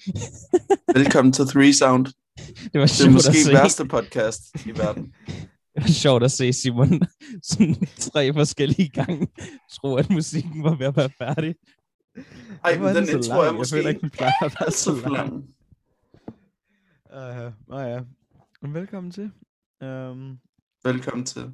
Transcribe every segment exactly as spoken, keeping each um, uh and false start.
Velkommen til Three Sound. Det var Det er måske værste podcast i verden. Det var sjovt at se Simon sådan tre forskellige gange tro, at musikken var ved at være færdig. Ej, men den intro er jeg måske føler ikke, den plejer at være så så lang. lang. Uh, uh, ja. Velkommen til. Um, Velkommen til.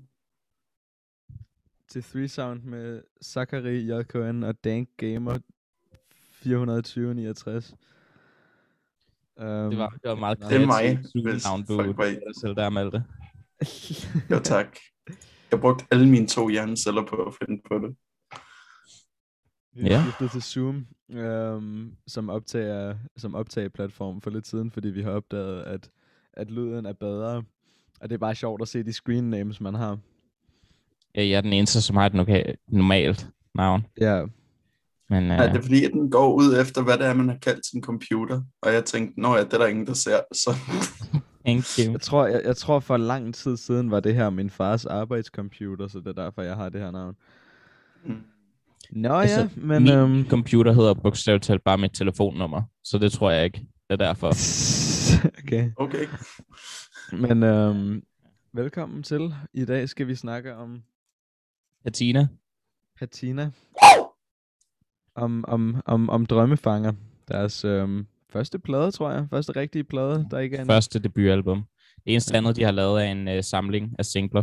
til Three Sound med Zachary, J K N og Dank Gamer fire tyve niogtres. Um, Det var, det var meget Det er mig, kreativt hvis navn, du folk var i. dig selv der, Malte. Jo, tak. Jeg brugte alle mine to hjerneceller på at finde på det. Vi Ja. har skiftet til Zoom um, som, optager, som optageplatform for lidt siden, fordi vi har opdaget, at, at lyden er bedre. Og det er bare sjovt at se de screen names, man har. Ja, jeg er den eneste, som har et noka- normalt navn. Ja. Men, uh, Ja, det er fordi, at den går ud efter, hvad det er, man har kaldt sin computer. Og jeg tænkte, nå ja, det er der ingen, der ser. Så thank you. Jeg tror, jeg, jeg tror for lang tid siden var det her min fars arbejdscomputer, så det er derfor, jeg har det her navn. Mm. Nå Altså, ja, men... Min øhm, computer hedder bogstaveligt talt bare mit telefonnummer, så det tror jeg ikke. Det er derfor. okay. Okay. Men øhm, velkommen til. I dag skal vi snakke om Patina. Patina. Om, om, om, om Drømmefanger. Deres øhm, første plade, tror jeg. Første rigtige plade, der ikke er en... Første debutalbum. Det eneste andet, de har lavet, er en uh, samling af singler.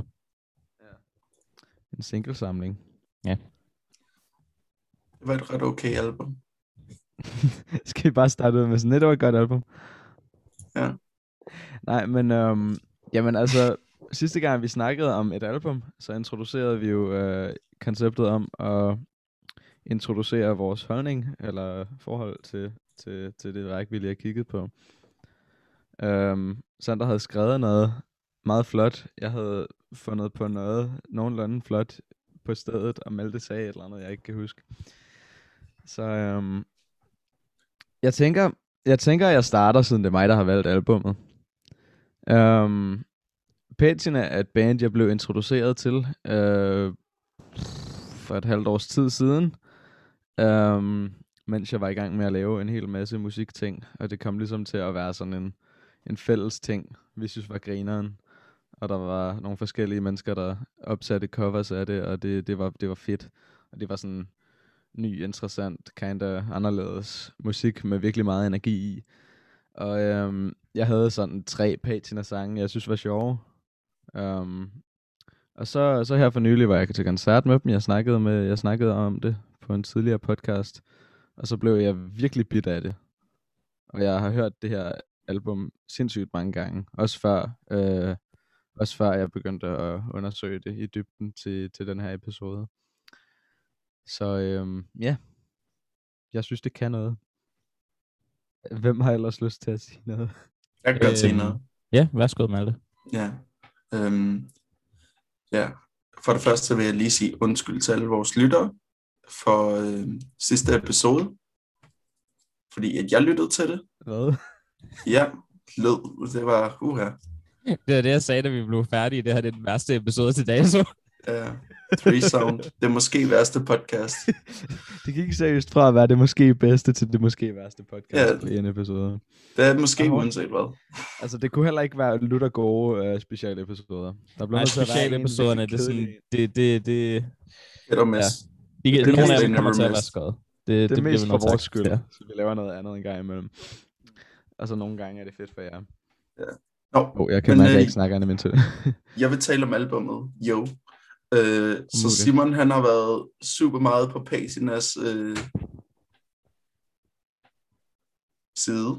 En singlesamling. Ja. Det var et ret okay album. Skal vi bare starte ud med sådan, det var et godt album. Ja. Nej, men øhm, jamen altså, sidste gang vi snakkede om et album, så introducerede vi jo øh, konceptet om at introducere vores holdning, eller forhold til, til, til det værk, vi lige har kigget på. Øhm, Sander havde skrevet noget meget flot. Jeg havde fundet på noget nogenlunde flot på stedet, og Malte sagde et eller andet, jeg ikke kan huske. Så øhm, jeg tænker, jeg tænker, at jeg starter, siden det er mig, der har valgt albummet. Um, Patina er et band, jeg blev introduceret til uh, for et halvt års tid siden, um, mens jeg var i gang med at lave en hel masse musikting, og det kom ligesom til at være sådan en, en fælles ting, vi synes var grineren, og der var nogle forskellige mennesker, der opsatte covers af det, og det, det, var, det var fedt, og det var sådan ny, interessant, kinda anderledes musik med virkelig meget energi i. Og øhm, jeg havde sådan tre Patina-sange, jeg synes var sjove. Um, og så, så her for nylig var jeg til koncert med dem. Jeg snakkede, med, jeg snakkede om det på en tidligere podcast. Og så blev jeg virkelig bidt af det. Og jeg har hørt det her album sindssygt mange gange. Også før, øh, også før jeg begyndte at undersøge det i dybden til, til den her episode. Så øhm, ja, jeg synes det kan noget. Hvem har ellers lyst til at sige noget? Jeg kan godt sige noget. Ja, værsgo, Malte. Ja. Øhm, ja. For det første vil jeg lige sige undskyld til alle vores lyttere for øh, sidste episode. Fordi at jeg lyttede til det. Hvad? Ja, lød. Det var uha. Det er det, jeg sagde, da vi blev færdige. Det her det er den værste episode til dato. Ja, Three Sound. Det er måske værste podcast. Det gik seriøst fra at være det måske bedste til det måske værste podcast Ja. på en episode. Det er måske Aha. uanset hvad. Altså det kunne heller ikke være lutter gode uh, speciale episoder. Der blev Nej, nødt til at være en specialepisoderne, virkelig det er sådan, kedelig det, det, det, Hit og miss. de, Det det, er nogle af mest dem kommer til at never være miss. skøjet. Det, Det er det mest bliver vi for nødt til at vores skyld, acceptere. så vi laver noget andet en gang imellem. Og så nogle gange er det fedt for jer. Nå, Oh, jeg kan men, mærke, at jeg øh, ikke snakker andet min til. jeg vil tale om albummet, jo. Øh, så Okay. Simon, han har været super meget på Patinas øh, side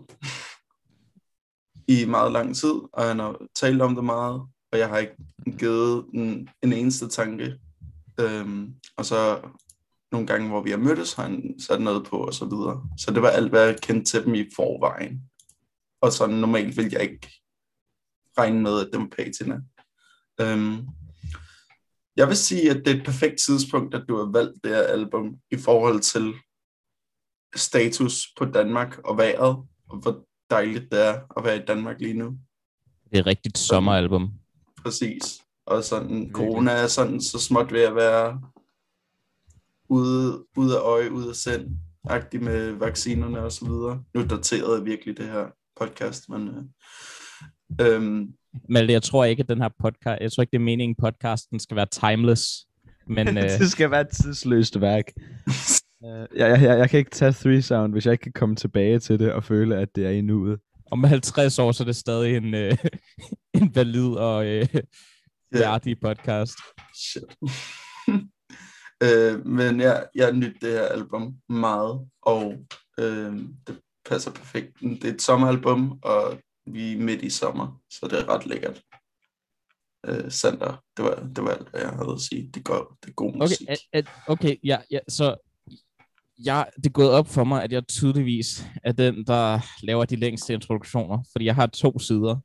i meget lang tid, og han har talt om det meget, og jeg har ikke givet en, en eneste tanke. Øhm, og så nogle gange, hvor vi har mødtes, har han sat noget på, og så videre. Så det var alt, hvad jeg kendte til dem i forvejen. Og så normalt ville jeg ikke regne med, at det var Patina. Øhm, jeg vil sige, at det er et perfekt tidspunkt, at du har valgt det her album i forhold til status på Danmark og vejret, og hvor dejligt det er at være i Danmark lige nu. Det er et rigtigt sommeralbum. Præcis. Og sådan, corona er sådan så småt ved at være ude, ude af øje, ude af sind. agtigt med vaccinerne og så videre. Nu daterede jeg virkelig det her podcast, men øh, øhm, Malte, jeg tror ikke, at den her podcast, jeg tror ikke, det er meningen, podcasten skal være timeless. Men, øh, det skal være et tidsløst værk. uh, jeg, jeg, jeg, jeg kan ikke tage Three Sound, hvis jeg ikke kan komme tilbage til det og føle, at det er i nuet. Om halvtreds år, så er det stadig en, øh, en valid og øh, værdig yeah. podcast. Shit. øh, men jeg, jeg nydt det her album meget, og øh, det passer perfekt. Det er et sommeralbum, og vi er midt i sommer, så det er ret lækkert. Øh, Sander, det var, det var alt, hvad jeg havde at sige. Det går, det er god musik. Okay, at, okay ja, ja, så ja, det er gået op for mig, at jeg tydeligvis er den, der laver de længste introduktioner, fordi jeg har to sider.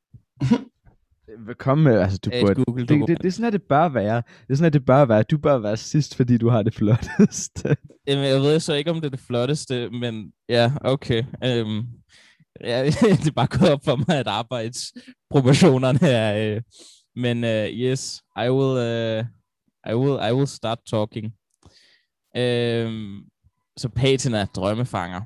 Kom med, altså du burde, Google, det, det, det er sådan, at det bør være. Det er sådan, at det bør være. Du bør være sidst, fordi du har det flotteste. Jamen, jeg ved så ikke, om det er det flotteste, men ja, okay. Um, ja, det er bare gået op for mig, at arbejdsproportionerne er... Uh, men uh, yes, I will, uh, I will, I will start talking. Um, så Patina, drømmefanger.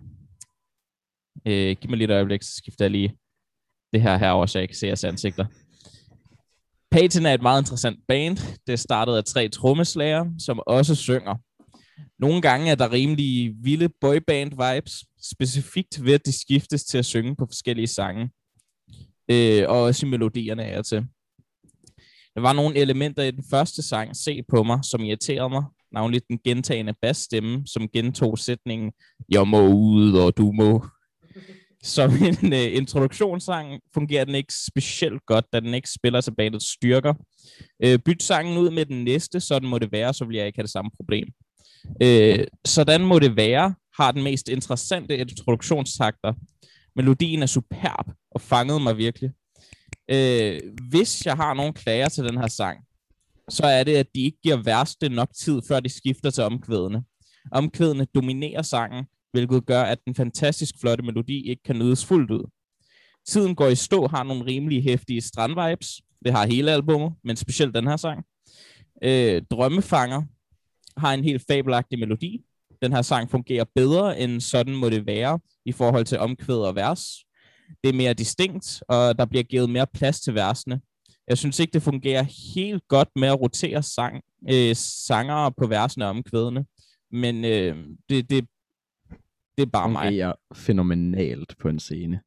Uh, giv mig lige et øjeblik, så skifter jeg lige det her herover, så jeg kan se jeres ansigter. Patina er et meget interessant band. Det er startet af tre trommeslager, som også synger. Nogle gange er der rimelig vilde boyband-vibes, specifikt ved at de skiftes til at synge på forskellige sange. Øh, og også i melodierne af og til. Der var nogle elementer i den første sang, Se på mig, som irriterede mig. Navnlig den gentagende bassstemme, som gentog sætningen, jeg må ud, og du må. Som en uh, introduktionssang fungerer den ikke specielt godt, da den ikke spiller til bandets styrker. Uh, byt sangen ud med den næste, sådan må det være, så vil jeg ikke have det samme problem. Uh, sådan må det være, har den mest interessante introduktionstakter. Melodien er superb og fangede mig virkelig. Uh, hvis jeg har nogle klager til den her sang, så er det, at de ikke giver værste nok tid, før de skifter til omkvædene. Omkvædene dominerer sangen, hvilket gør, at den fantastisk flotte melodi ikke kan nydes fuldt ud. Tiden går i stå har nogle rimelig heftige strandvibes. Det har hele albumet, men specielt den her sang. Øh, Drømmefanger har en helt fabelagtig melodi. Den her sang fungerer bedre, end sådan må det være, i forhold til omkvæd og vers. Det er mere distinkt, og der bliver givet mere plads til versene. Jeg synes ikke, det fungerer helt godt med at rotere sang, øh, sangere på versene og omkvædene. Men øh, det, det Det er bare mig. Det er fænomenalt på en scene.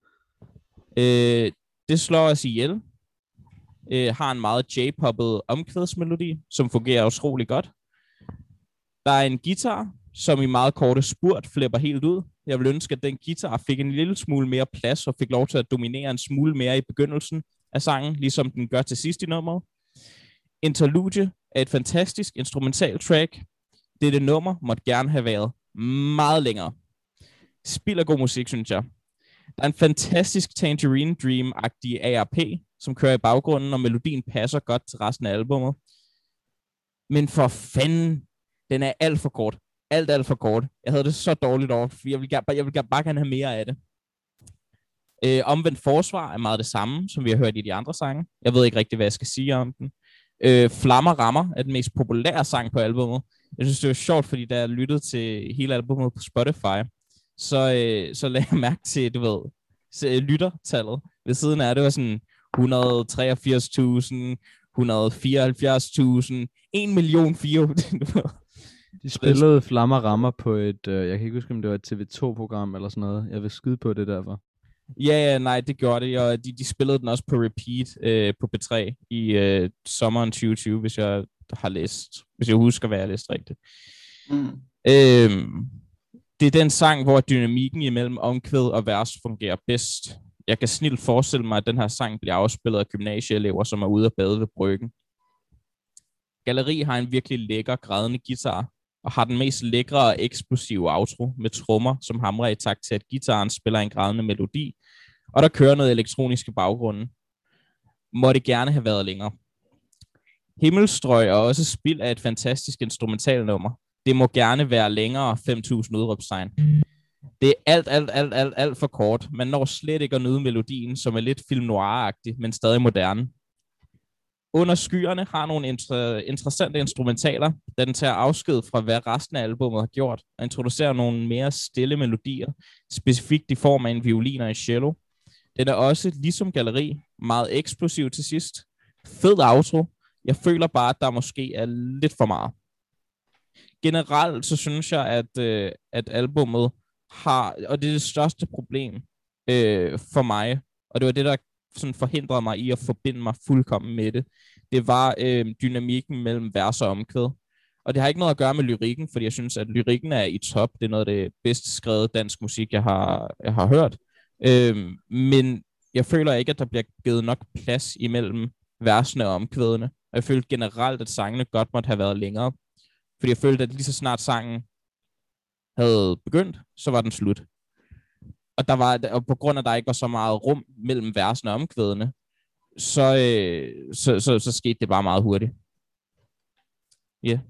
Øh, det slår os ihjel. Øh, har en meget J-poppet omkvædsmelodi, som fungerer utrolig godt. Der er en guitar, som i meget korte spurt flipper helt ud. Jeg vil ønske, at den guitar fik en lille smule mere plads, og fik lov til at dominere en smule mere i begyndelsen af sangen, ligesom den gør til sidst i nummeret. Interlude er et fantastisk instrumental track. Dette nummer måtte gerne have været meget længere. Spiller god musik, synes jeg. Der er en fantastisk Tangerine Dream-agtig A R P, som kører i baggrunden, og melodien passer godt til resten af albumet. Men for fanden, den er alt for kort. Alt, alt for kort. Jeg havde det så dårligt over, for jeg vil, gerne, jeg vil bare gerne have mere af det. Øh, omvendt forsvar er meget det samme, som vi har hørt i de andre sange. Jeg ved ikke rigtig, hvad jeg skal sige om den. Øh, Flammer Rammer er den mest populære sang på albumet. Jeg synes, det var sjovt, fordi da jeg lyttede til hele albumet på Spotify, så, øh, så lagde jeg mærke til, du ved, lyttertallet. Ved siden af det var sådan et hundrede og treogfirs tusind, et hundrede og fireoghalvfjerds tusind, en million fire. De spillede Flammer Rammer på et, øh, jeg kan ikke huske, om det var et T V to-program eller sådan noget. Jeg vil skyde på det derfor. Ja, ja, nej, det gjorde det, og de, de spillede den også på repeat øh, på P tre i øh, sommeren tyve tyve, hvis jeg har læst, hvis jeg husker, hvad jeg har læst rigtigt. Mm. Øhm, det er den sang, hvor dynamikken imellem omkvæd og vers fungerer bedst. Jeg kan snilt forestille mig, at den her sang bliver afspillet af gymnasieelever, som er ude at bade ved bryggen. Galleri har en virkelig lækker, grædende guitar, og har den mest lækre og eksplosive outro med trommer, som hamrer i takt til, at guitaren spiller en grædende melodi, og der kører noget elektronisk i baggrunden. Må det gerne have været længere. Himmelstrøg er også spil af et fantastisk instrumentalnummer. Det må gerne være længere, fem tusind udråbstegn. Det er alt, alt, alt, alt, alt for kort. Man når slet ikke at nyde melodien, som er lidt film noir-agtig, men stadig moderne. Under skyerne har nogle inter- interessante instrumentaler, da den tager afsked fra, hvad resten af albumet har gjort, og introducerer nogle mere stille melodier, specifikt i form af en violin og en cello. Den er også, ligesom Galleri, meget eksplosiv til sidst. Fed outro. Jeg føler bare, at der måske er lidt for meget. Generelt så synes jeg, at, øh, at albumet har, og det er det største problem øh, for mig, og det var det, der sådan forhindrede mig i at forbinde mig fuldkommen med det, det var øh, dynamikken mellem vers og omkvæd. Og det har ikke noget at gøre med lyrikken, fordi jeg synes, at lyrikken er i top. Det er noget af det bedst skrevet dansk musik, jeg har, jeg har hørt. Øh, men jeg føler ikke, at der bliver givet nok plads imellem versene og omkvædene. Og jeg følte generelt, at sangene godt måtte have været længere. Fordi jeg følte, at lige så snart sangen havde begyndt, så var den slut. Og, der var, og på grund af, at der ikke var så meget rum mellem versene og omkvædene, så, øh, så, så, så skete det bare meget hurtigt. Ja. Yeah.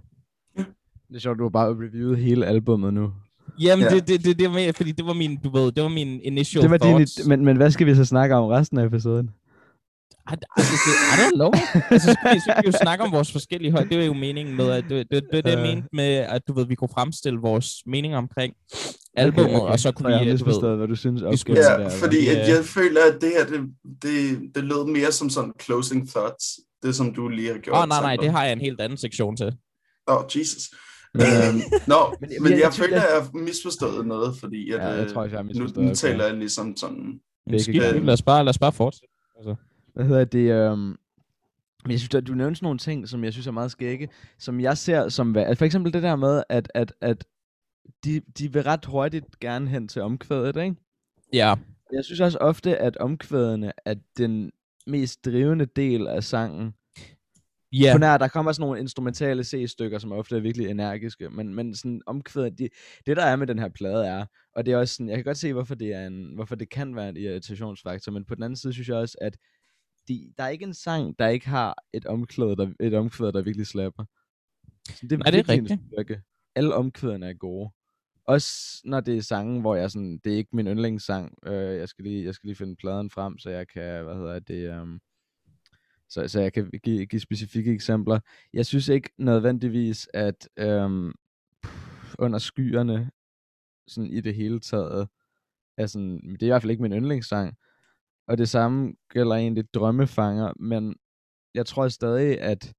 Det er sjovt, du har bare reviewet hele albummet nu. Jamen, Ja. det, det, det, det var med, fordi det var min, du ved, det var min initial Det var thoughts. dine, men, men hvad skal vi så snakke om resten af episoden? I, I, I don't know. Altså, så kan, vi, så kan vi jo snakke om vores forskellige hold. Det er jo meningen med, at det, det, det, det jeg mente med, at du ved, vi kunne fremstille vores meninger omkring albumet, okay, okay. Og så kunne så jeg vi, har du misforstået, ved, hvad du synes. vi skulle- Ja, der, fordi Ja. at jeg føler, at det her, det, det, det lød mere som sådan closing thoughts. Det, som du lige har gjort. Åh, oh, nej, nej, det har jeg en helt anden sektion til. Åh, oh, Jesus. Men, Øhm, Nå, Men- men, men men jeg- jeg, jeg føler, synes, at jeg har misforstået noget, fordi at, Ja, jeg øh, tror også, jeg har nu, misforstået, nu okay. taler jeg ligesom sådan... Begge Skidt, gange. lad os bare, lad os bare fortsætte. Altså. Hvad hedder det? Øhm, men jeg synes, at du nævnte sådan nogle ting, som jeg synes er meget skægge, som jeg ser som... hvad- Altså for eksempel det der med, at, at, at de, de vil ret hurtigt gerne hen til omkvædet, ikke? Ja, Jeg synes også ofte, at omkvædene er den mest drivende del af sangen. ja, På nær, der kommer sådan nogle instrumentale C-stykker, som ofte er virkelig energiske, men, men sådan omkvædet, de, det der er med den her plade er, og det er også sådan, jeg kan godt se, hvorfor det, er en, hvorfor det kan være en irritationsfaktor, men på den anden side synes jeg også, at de, der er ikke en sang, der ikke har et omkvæd, der, et omkvæd, der virkelig slapper. Så det er, Nej, det er virkelig en rigtigt. styrke. Alle omkvædene er gode. Også når det er sange, hvor jeg sådan, det er ikke min yndlingssang. Øh, jeg, skal lige, jeg skal lige finde pladen frem, så jeg kan, hvad hedder det, um, så, så jeg kan give, give specifikke eksempler. Jeg synes ikke nødvendigvis, at øhm, under skyerne, sådan i det hele taget, er sådan, det er i hvert fald ikke min yndlingssang. Og det samme gælder egentlig Drømmefanger, men jeg tror stadig, at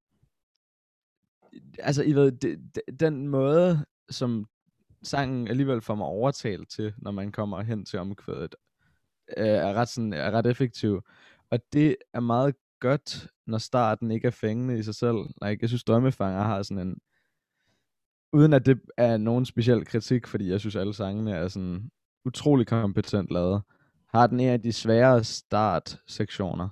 altså, I ved, det, det, den måde, som sangen alligevel får mig overtalt til, når man kommer hen til omkvædet, øh, er, ret sådan, er ret effektiv. Og det er meget godt, når starten ikke er fængende i sig selv. Like, jeg synes, Drømmefanger har sådan en... Uden at det er nogen speciel kritik, fordi jeg synes, alle sangene er sådan utrolig kompetent lavet, har den en af de svære startsektioner.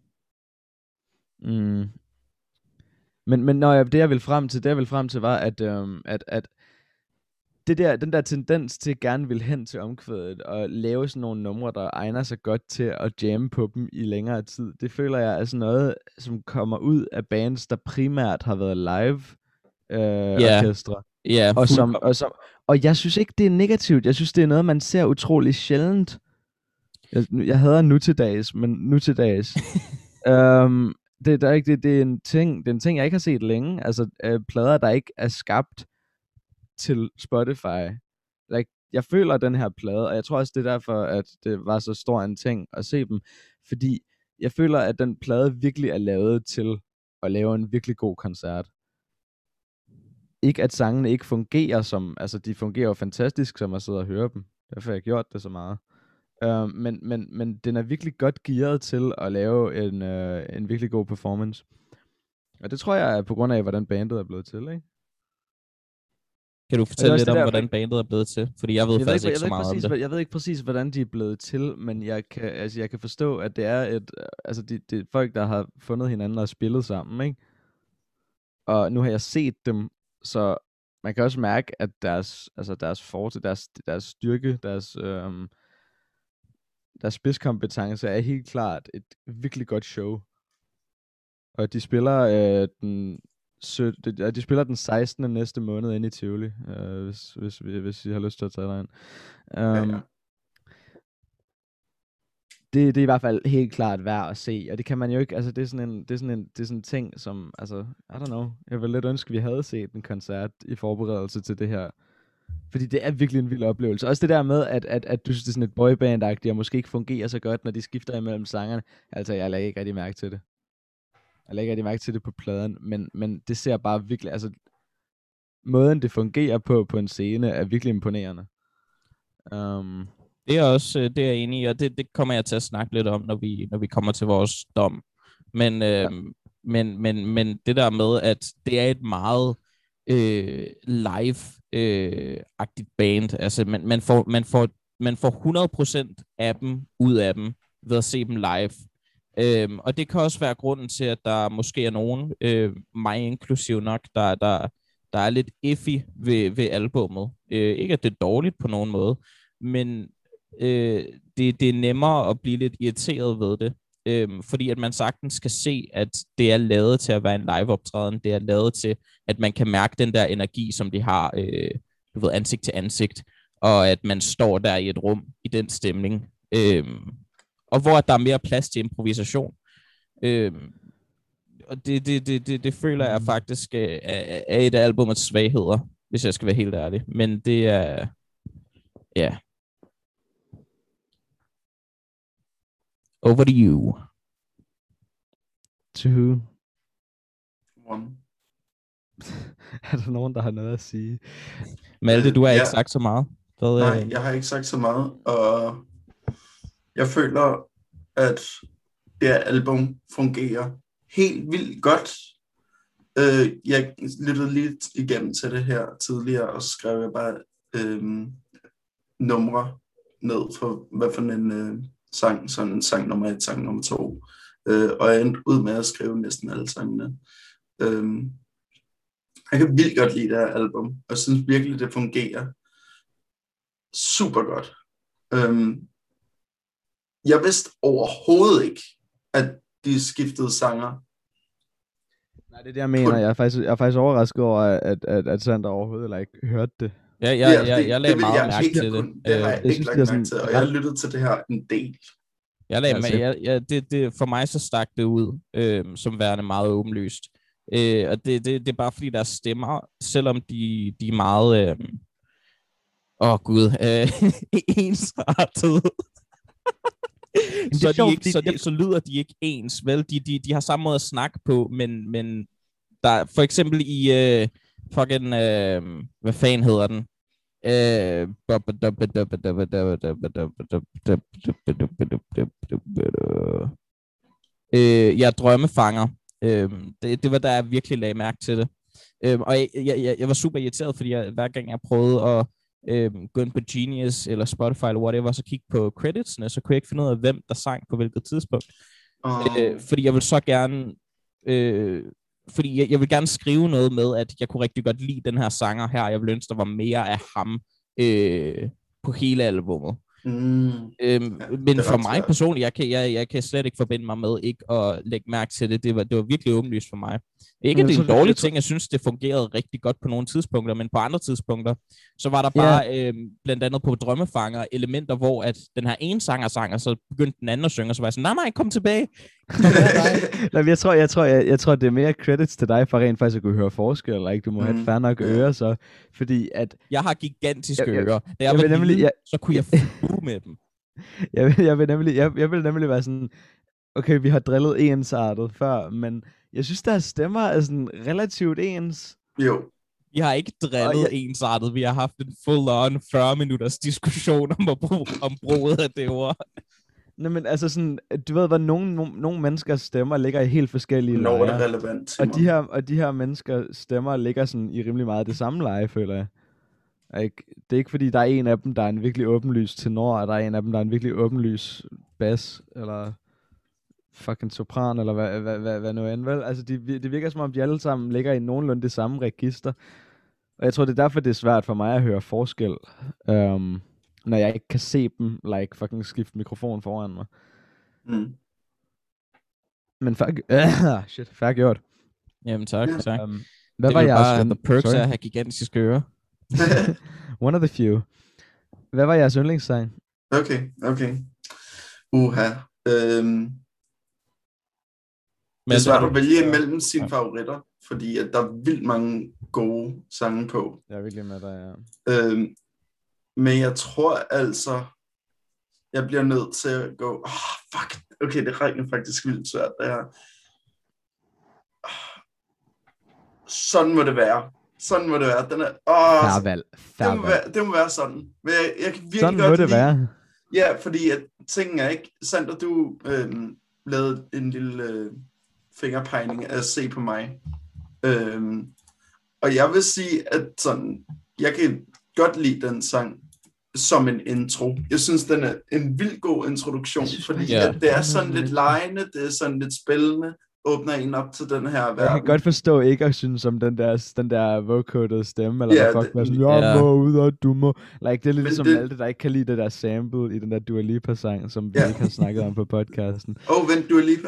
Mm. Men, men når jeg, det jeg vil frem til, det jeg vil frem til var, at, øhm, at, at det der, den der tendens til gerne vil hen til omkvædet og lave sådan nogle numre, der egner sig godt til at jamme på dem i længere tid, det føler jeg er sådan noget, som kommer ud af bands, der primært har været live øh, Ja. orkestre. ja, Og, som, fuldkommen. og, som, og jeg synes ikke, det er negativt. Jeg synes, det er noget, man ser utrolig sjældent. Jeg, jeg hader nu til dags, men nu til dags. øhm, det, der er ikke, det, det, er en ting, det er en ting, jeg ikke har set længe. Altså, øh, plader, der ikke er skabt til Spotify. Like, jeg føler den her plade, og jeg tror også, det er derfor, at det var så stor en ting at se dem. Fordi jeg føler, at den plade virkelig er lavet til at lave en virkelig god koncert. Ikke at sangene ikke fungerer som, altså de fungerer jo fantastisk, som at sidde og høre dem. Derfor har jeg gjort det så meget. Uh, men, men, men den er virkelig godt gearet til at lave en, uh, en virkelig god performance. Og det tror jeg er på grund af, hvordan bandet er blevet til, ikke? Kan du fortælle også lidt det om, der- hvordan bandet er blevet til? Fordi jeg ved Jeg ved, faktisk ikke, ikke jeg, så ved ikke meget om præcis, det. hvad- jeg ved ikke præcis, hvordan de er blevet til, men jeg kan, altså, jeg kan forstå, at det er et, øh, altså de, det er folk, der har fundet hinanden og spillet sammen, ikke? Og nu har jeg set dem, så man kan også mærke, at deres, altså deres forte, deres, deres styrke, deres, øhm, deres spidskompetence er helt klart et virkelig godt show. Og de spiller øh, den sø- de, de spiller den sekstende næste måned inde i Tivoli, øh, hvis, hvis, hvis I har lyst til at tage dig ind. Um, ja. det, det er i hvert fald helt klart værd at se, og det kan man jo ikke, altså det er sådan en, det er sådan en, det er sådan en ting, som, altså, I don't know, jeg vil lidt ønske, at vi havde set en koncert i forberedelse til det her, fordi det er virkelig en vild oplevelse. Også det der med, at, at, at du synes, det er sådan et boyband-agtigt, og måske ikke fungerer så godt, når de skifter imellem sangerne, altså jeg lagde ikke rigtig mærke til det. Jeg lagde ikke rigtig mærke til det på pladen, men, men det ser bare virkelig, altså, måden det fungerer på på en scene, er virkelig imponerende. Um, Det er også det er jeg enig i, og det, det kommer jeg til at snakke lidt om, når vi, når vi kommer til vores dom. Men, øh, ja. men, men, men det der med, at det er et meget øh, live-agtigt øh, band. Altså, man, man, får, man, får, man får hundrede procent af dem ud af dem ved at se dem live. Øhm, og det kan også være grunden til, at der måske er nogen, øh, mig inklusiv nok, der, der, der er lidt iffy ved, ved albummet. Øh, ikke at det er dårligt på nogen måde, men øh, det, det er nemmere at blive lidt irriteret ved det. Øh, fordi at man sagtens skal se, at det er lavet til at være en live-optræden. Det er lavet til, at man kan mærke den der energi, som de har øh, du ved, ansigt til ansigt. Og at man står der i et rum i den stemning. Øh, og hvor der er mere plads til improvisation. Øhm, og det, det, det, det, det føler jeg faktisk øh, er, er et af albumets svagheder, hvis jeg skal være helt ærlig. Men det er... Ja. Over to you. Two. One. Er der nogen, der har noget at sige? Malte, du har ja. ikke sagt så meget. Hvad, Nej, øh... jeg har ikke sagt så meget, og jeg føler, at det her album fungerer helt vildt godt. Øh, jeg lyttede lige igennem til det her tidligere, og så skrev jeg bare øh, numre ned for, hvad for en øh, sang, sådan en sang nummer et, sang nummer to. Øh, og jeg endte ud med at skrive næsten alle sangene. Øh, jeg kan vildt godt lide det her album, og jeg synes virkelig, det fungerer super godt. Øh, Jeg vidste overhovedet ikke, at de skiftede sanger. Nej, det er det, jeg mener. Jeg er faktisk, jeg er faktisk overrasket over, at, at, at Sander overhovedet eller ikke hørte det. Ja, jeg, jeg, jeg, jeg lagde meget mærke til det. Det har jeg ikke lagt mærke til, og jeg har lyttet til det her en del. Jeg lagde med, jeg, jeg, det, det, for mig så stak det ud, øh, som værende meget åbenlyst. Øh, og det, det, det er bare fordi, der stemmer, selvom de, de er meget... Øh, åh oh, gud, øh, ensartede. så, de ikke, så, de, så lyder de ikke ens, vel? De, de, de har samme måde at snakke på, men, men der for eksempel i øh, fucking, øh, hvad fanden hedder den? Øh, øh, jeg er drømmefanger. Øh, det, det var der, jeg virkelig lagde mærke til det. Øh, og jeg, jeg, jeg var super irriteret, fordi jeg, hver gang jeg prøvede at Øhm, gå ind på Genius eller Spotify eller whatever, så kigge på creditsene, så kunne jeg ikke finde ud af, hvem der sang på hvilket tidspunkt. Oh. Øh, fordi jeg vil så gerne øh, fordi jeg, jeg vil gerne skrive noget med, at jeg kunne rigtig godt lide den her sanger her, jeg ville ønske, der var mere af ham øh, på hele albummet. Mm. Øhm, ja, men for mig svært. Personligt, jeg kan, jeg, jeg kan slet ikke forbinde mig med ikke at lægge mærke til det. Det var, det var virkelig åbenlyst for mig. Ikke at det er en dårlig ting, jeg synes, det fungerede rigtig godt på nogle tidspunkter, men på andre tidspunkter, så var der bare yeah. øh, blandt andet på Drømmefanger elementer, hvor at den her ene sanger sang, og så begyndte den anden at synge, og så var jeg sådan, nej, nej, kom tilbage. nej, jeg tror, jeg tror, jeg, jeg tror, det er mere credits til dig, for rent faktisk at kunne høre forskel, eller ikke? Du må mm. have et fair nok øre, så, fordi at... Jeg har gigantiske jeg, ører. Da jeg, jeg var nemlig, lille, jeg, så kunne jeg få med dem. Jeg vil, jeg, vil nemlig, jeg, jeg vil nemlig være sådan, okay, vi har drillet ensartet før, men jeg synes, der stemmer er sådan relativt ens. Jo. Vi har ikke drillet jeg... ensartet, vi har haft en full-on fyrre minutters diskussion om, at bruge, om bruget af det ord. Nej, men altså sådan, du ved, hvad nogle, nogle, nogle menneskers stemmer ligger i helt forskellige lejre. Når det er relevant. Og de, her, og de her menneskers stemmer ligger sådan i rimelig meget det samme leje, føler jeg. Ikke? Det er ikke fordi, der er en af dem, der er en virkelig åbenlys tenor, og der er en af dem, der er en virkelig åbenlys bass, eller fucking sopran, eller hvad, hvad, hvad, hvad nu end, vel? Altså, de, det virker som om, de alle sammen ligger i nogenlunde det samme register. Og jeg tror, det er derfor, det er svært for mig at høre forskel, um, når jeg ikke kan se dem, like fucking skifte mikrofon foran mig. Mm. Men fuck, uh, shit, fair gjort. Jamen tak, tak. Um, hvad det var er jeres bare the perks af at have gigantiske ører. One of the few. Hvad var jeres yndlingssang? Okay, okay. Uha. Øhm, det er svært at vælge imellem sine favoritter, fordi at der er vildt mange gode sange på. Jeg er virkelig med dig, ja. Øhm, men jeg tror altså, jeg bliver nødt til at gå, oh, fuck, okay, det regner faktisk vildt svært, det her. Sådan må det være. Sådan må det være. Den er, åh, Færvalg. Det, må være, det må være sådan. Men jeg, jeg kan virkelig sådan godt må det lide, være. Ja, fordi at tingene er ikke... Sander, du øhm, lavede en lille øh, fingerpegning af at se på mig. Øhm, og jeg vil sige, at sådan, jeg kan godt lide den sang som en intro. Jeg synes, den er en vildt god introduktion, fordi ja. at det er sådan lidt legende, det er sådan lidt spændende, åbner en op til den her verden. Jeg kan godt forstå ikke at synes om den der, den der vocodede stemme, eller ja, der fuck var sådan, jeg ja. må ud, og du må. Like, det er lidt ligesom det... Malte, der ikke kan lide det der sample i den der Dua Lipa-sang, som vi ja. ikke har snakket om på podcasten. Åh, oh, vent, Dua Lipa.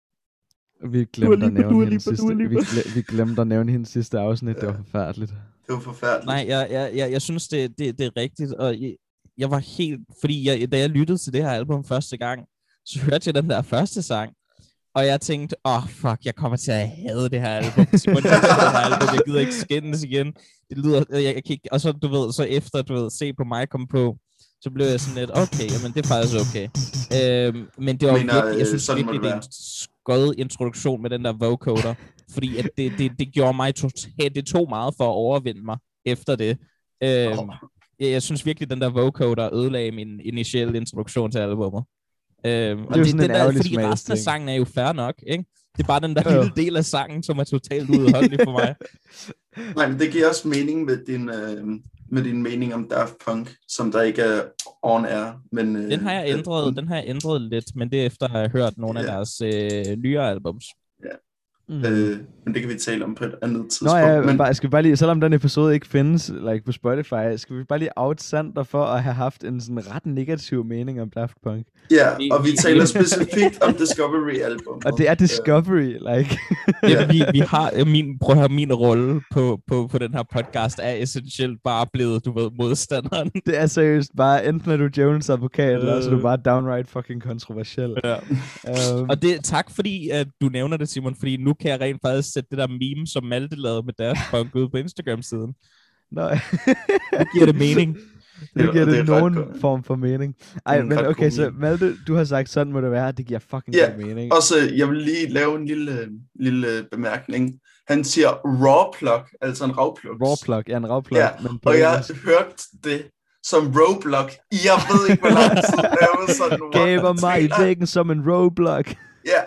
Vi glemte Lipa, at nævne Dua hendes Lipa, sidste, Dua Lipa. vi, gle, vi glemte at nævne hendes sidste afsnit, ja. Det var forfærdeligt. Det var forfærdeligt. Nej, jeg, jeg, jeg, jeg synes, det, det, det er rigtigt, og jeg, jeg var helt... Fordi jeg, da jeg lyttede til det her album første gang, så hørte jeg den der første sang, og jeg tænkte, åh, oh, fuck, jeg kommer til at hade det her album. Simon, det her album, jeg gider ikke skændes igen. Det lyder... Jeg, jeg kan ikke, og så, du ved, så efter, du ved, se på mig komme på, så blev jeg sådan lidt, okay, jamen det er faktisk okay. Øhm, men det var Mener, virkelig, jeg synes virkelig, det er en skød introduktion med den der vocoder, fordi at det, det, det gjorde mig totalt, det tog meget for at overvinde mig efter det. Øhm, oh. jeg, jeg synes virkelig, den der vocoder ødelagde min initielle introduktion til albumet. Øhm, og det er det, sådan den en der, fordi smags resten af ting. sangen er jo fair nok, ikke? Det er bare den der Jo. lille del af sangen, som er totalt udholdelig for mig. Nej, men det giver også mening med din, øh, med din mening om Daft Punk, som der ikke er on air. Men, øh, den har jeg ændret, den, den har jeg ændret lidt, men det er efter at have hørt nogle ja. af deres øh, nyere albums. Ja. Mm. Øh, men det kan vi tale om på et andet tidspunkt. Nå ja, men... bare, skal vi bare lige, selvom den episode ikke findes like, på Spotify, skal vi bare lige out Sander for at have haft en sådan ret negativ mening om Daft Punk. Ja, og vi taler specifikt om Discovery-album. Og det er Discovery, like. Ja, vi, vi har, min, prøv at høre, min rolle på, på, på den her podcast er essentielt bare blevet, du ved, modstanderen. Det er seriøst bare, enten er du Jones advokat, øh. eller så er du bare downright fucking kontroversiel. Ja. Um, og det, tak fordi, at du nævner det, Simon, fordi nu kan jeg rent faktisk sætte det der meme, som Malte lavede med Daft Punk ud på Instagram-siden. Nej. Det giver det mening. Det giver det, det nogen godt. form for mening. Ej, men okay, så Malte, du har sagt, sådan må det være. Det giver fucking ja, god mening. Og så jeg vil lige lave en lille, lille bemærkning. Han siger raw plug, altså en ravplug. Raw plug, ja, en ravplug. Ja, men på og jeg engelsk. hørte det som roadblock. Jeg ved ikke, hvor lang tid det var sådan. Gaber mig i væggen som en roadblock. Ja,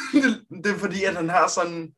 det er fordi, at han har sådan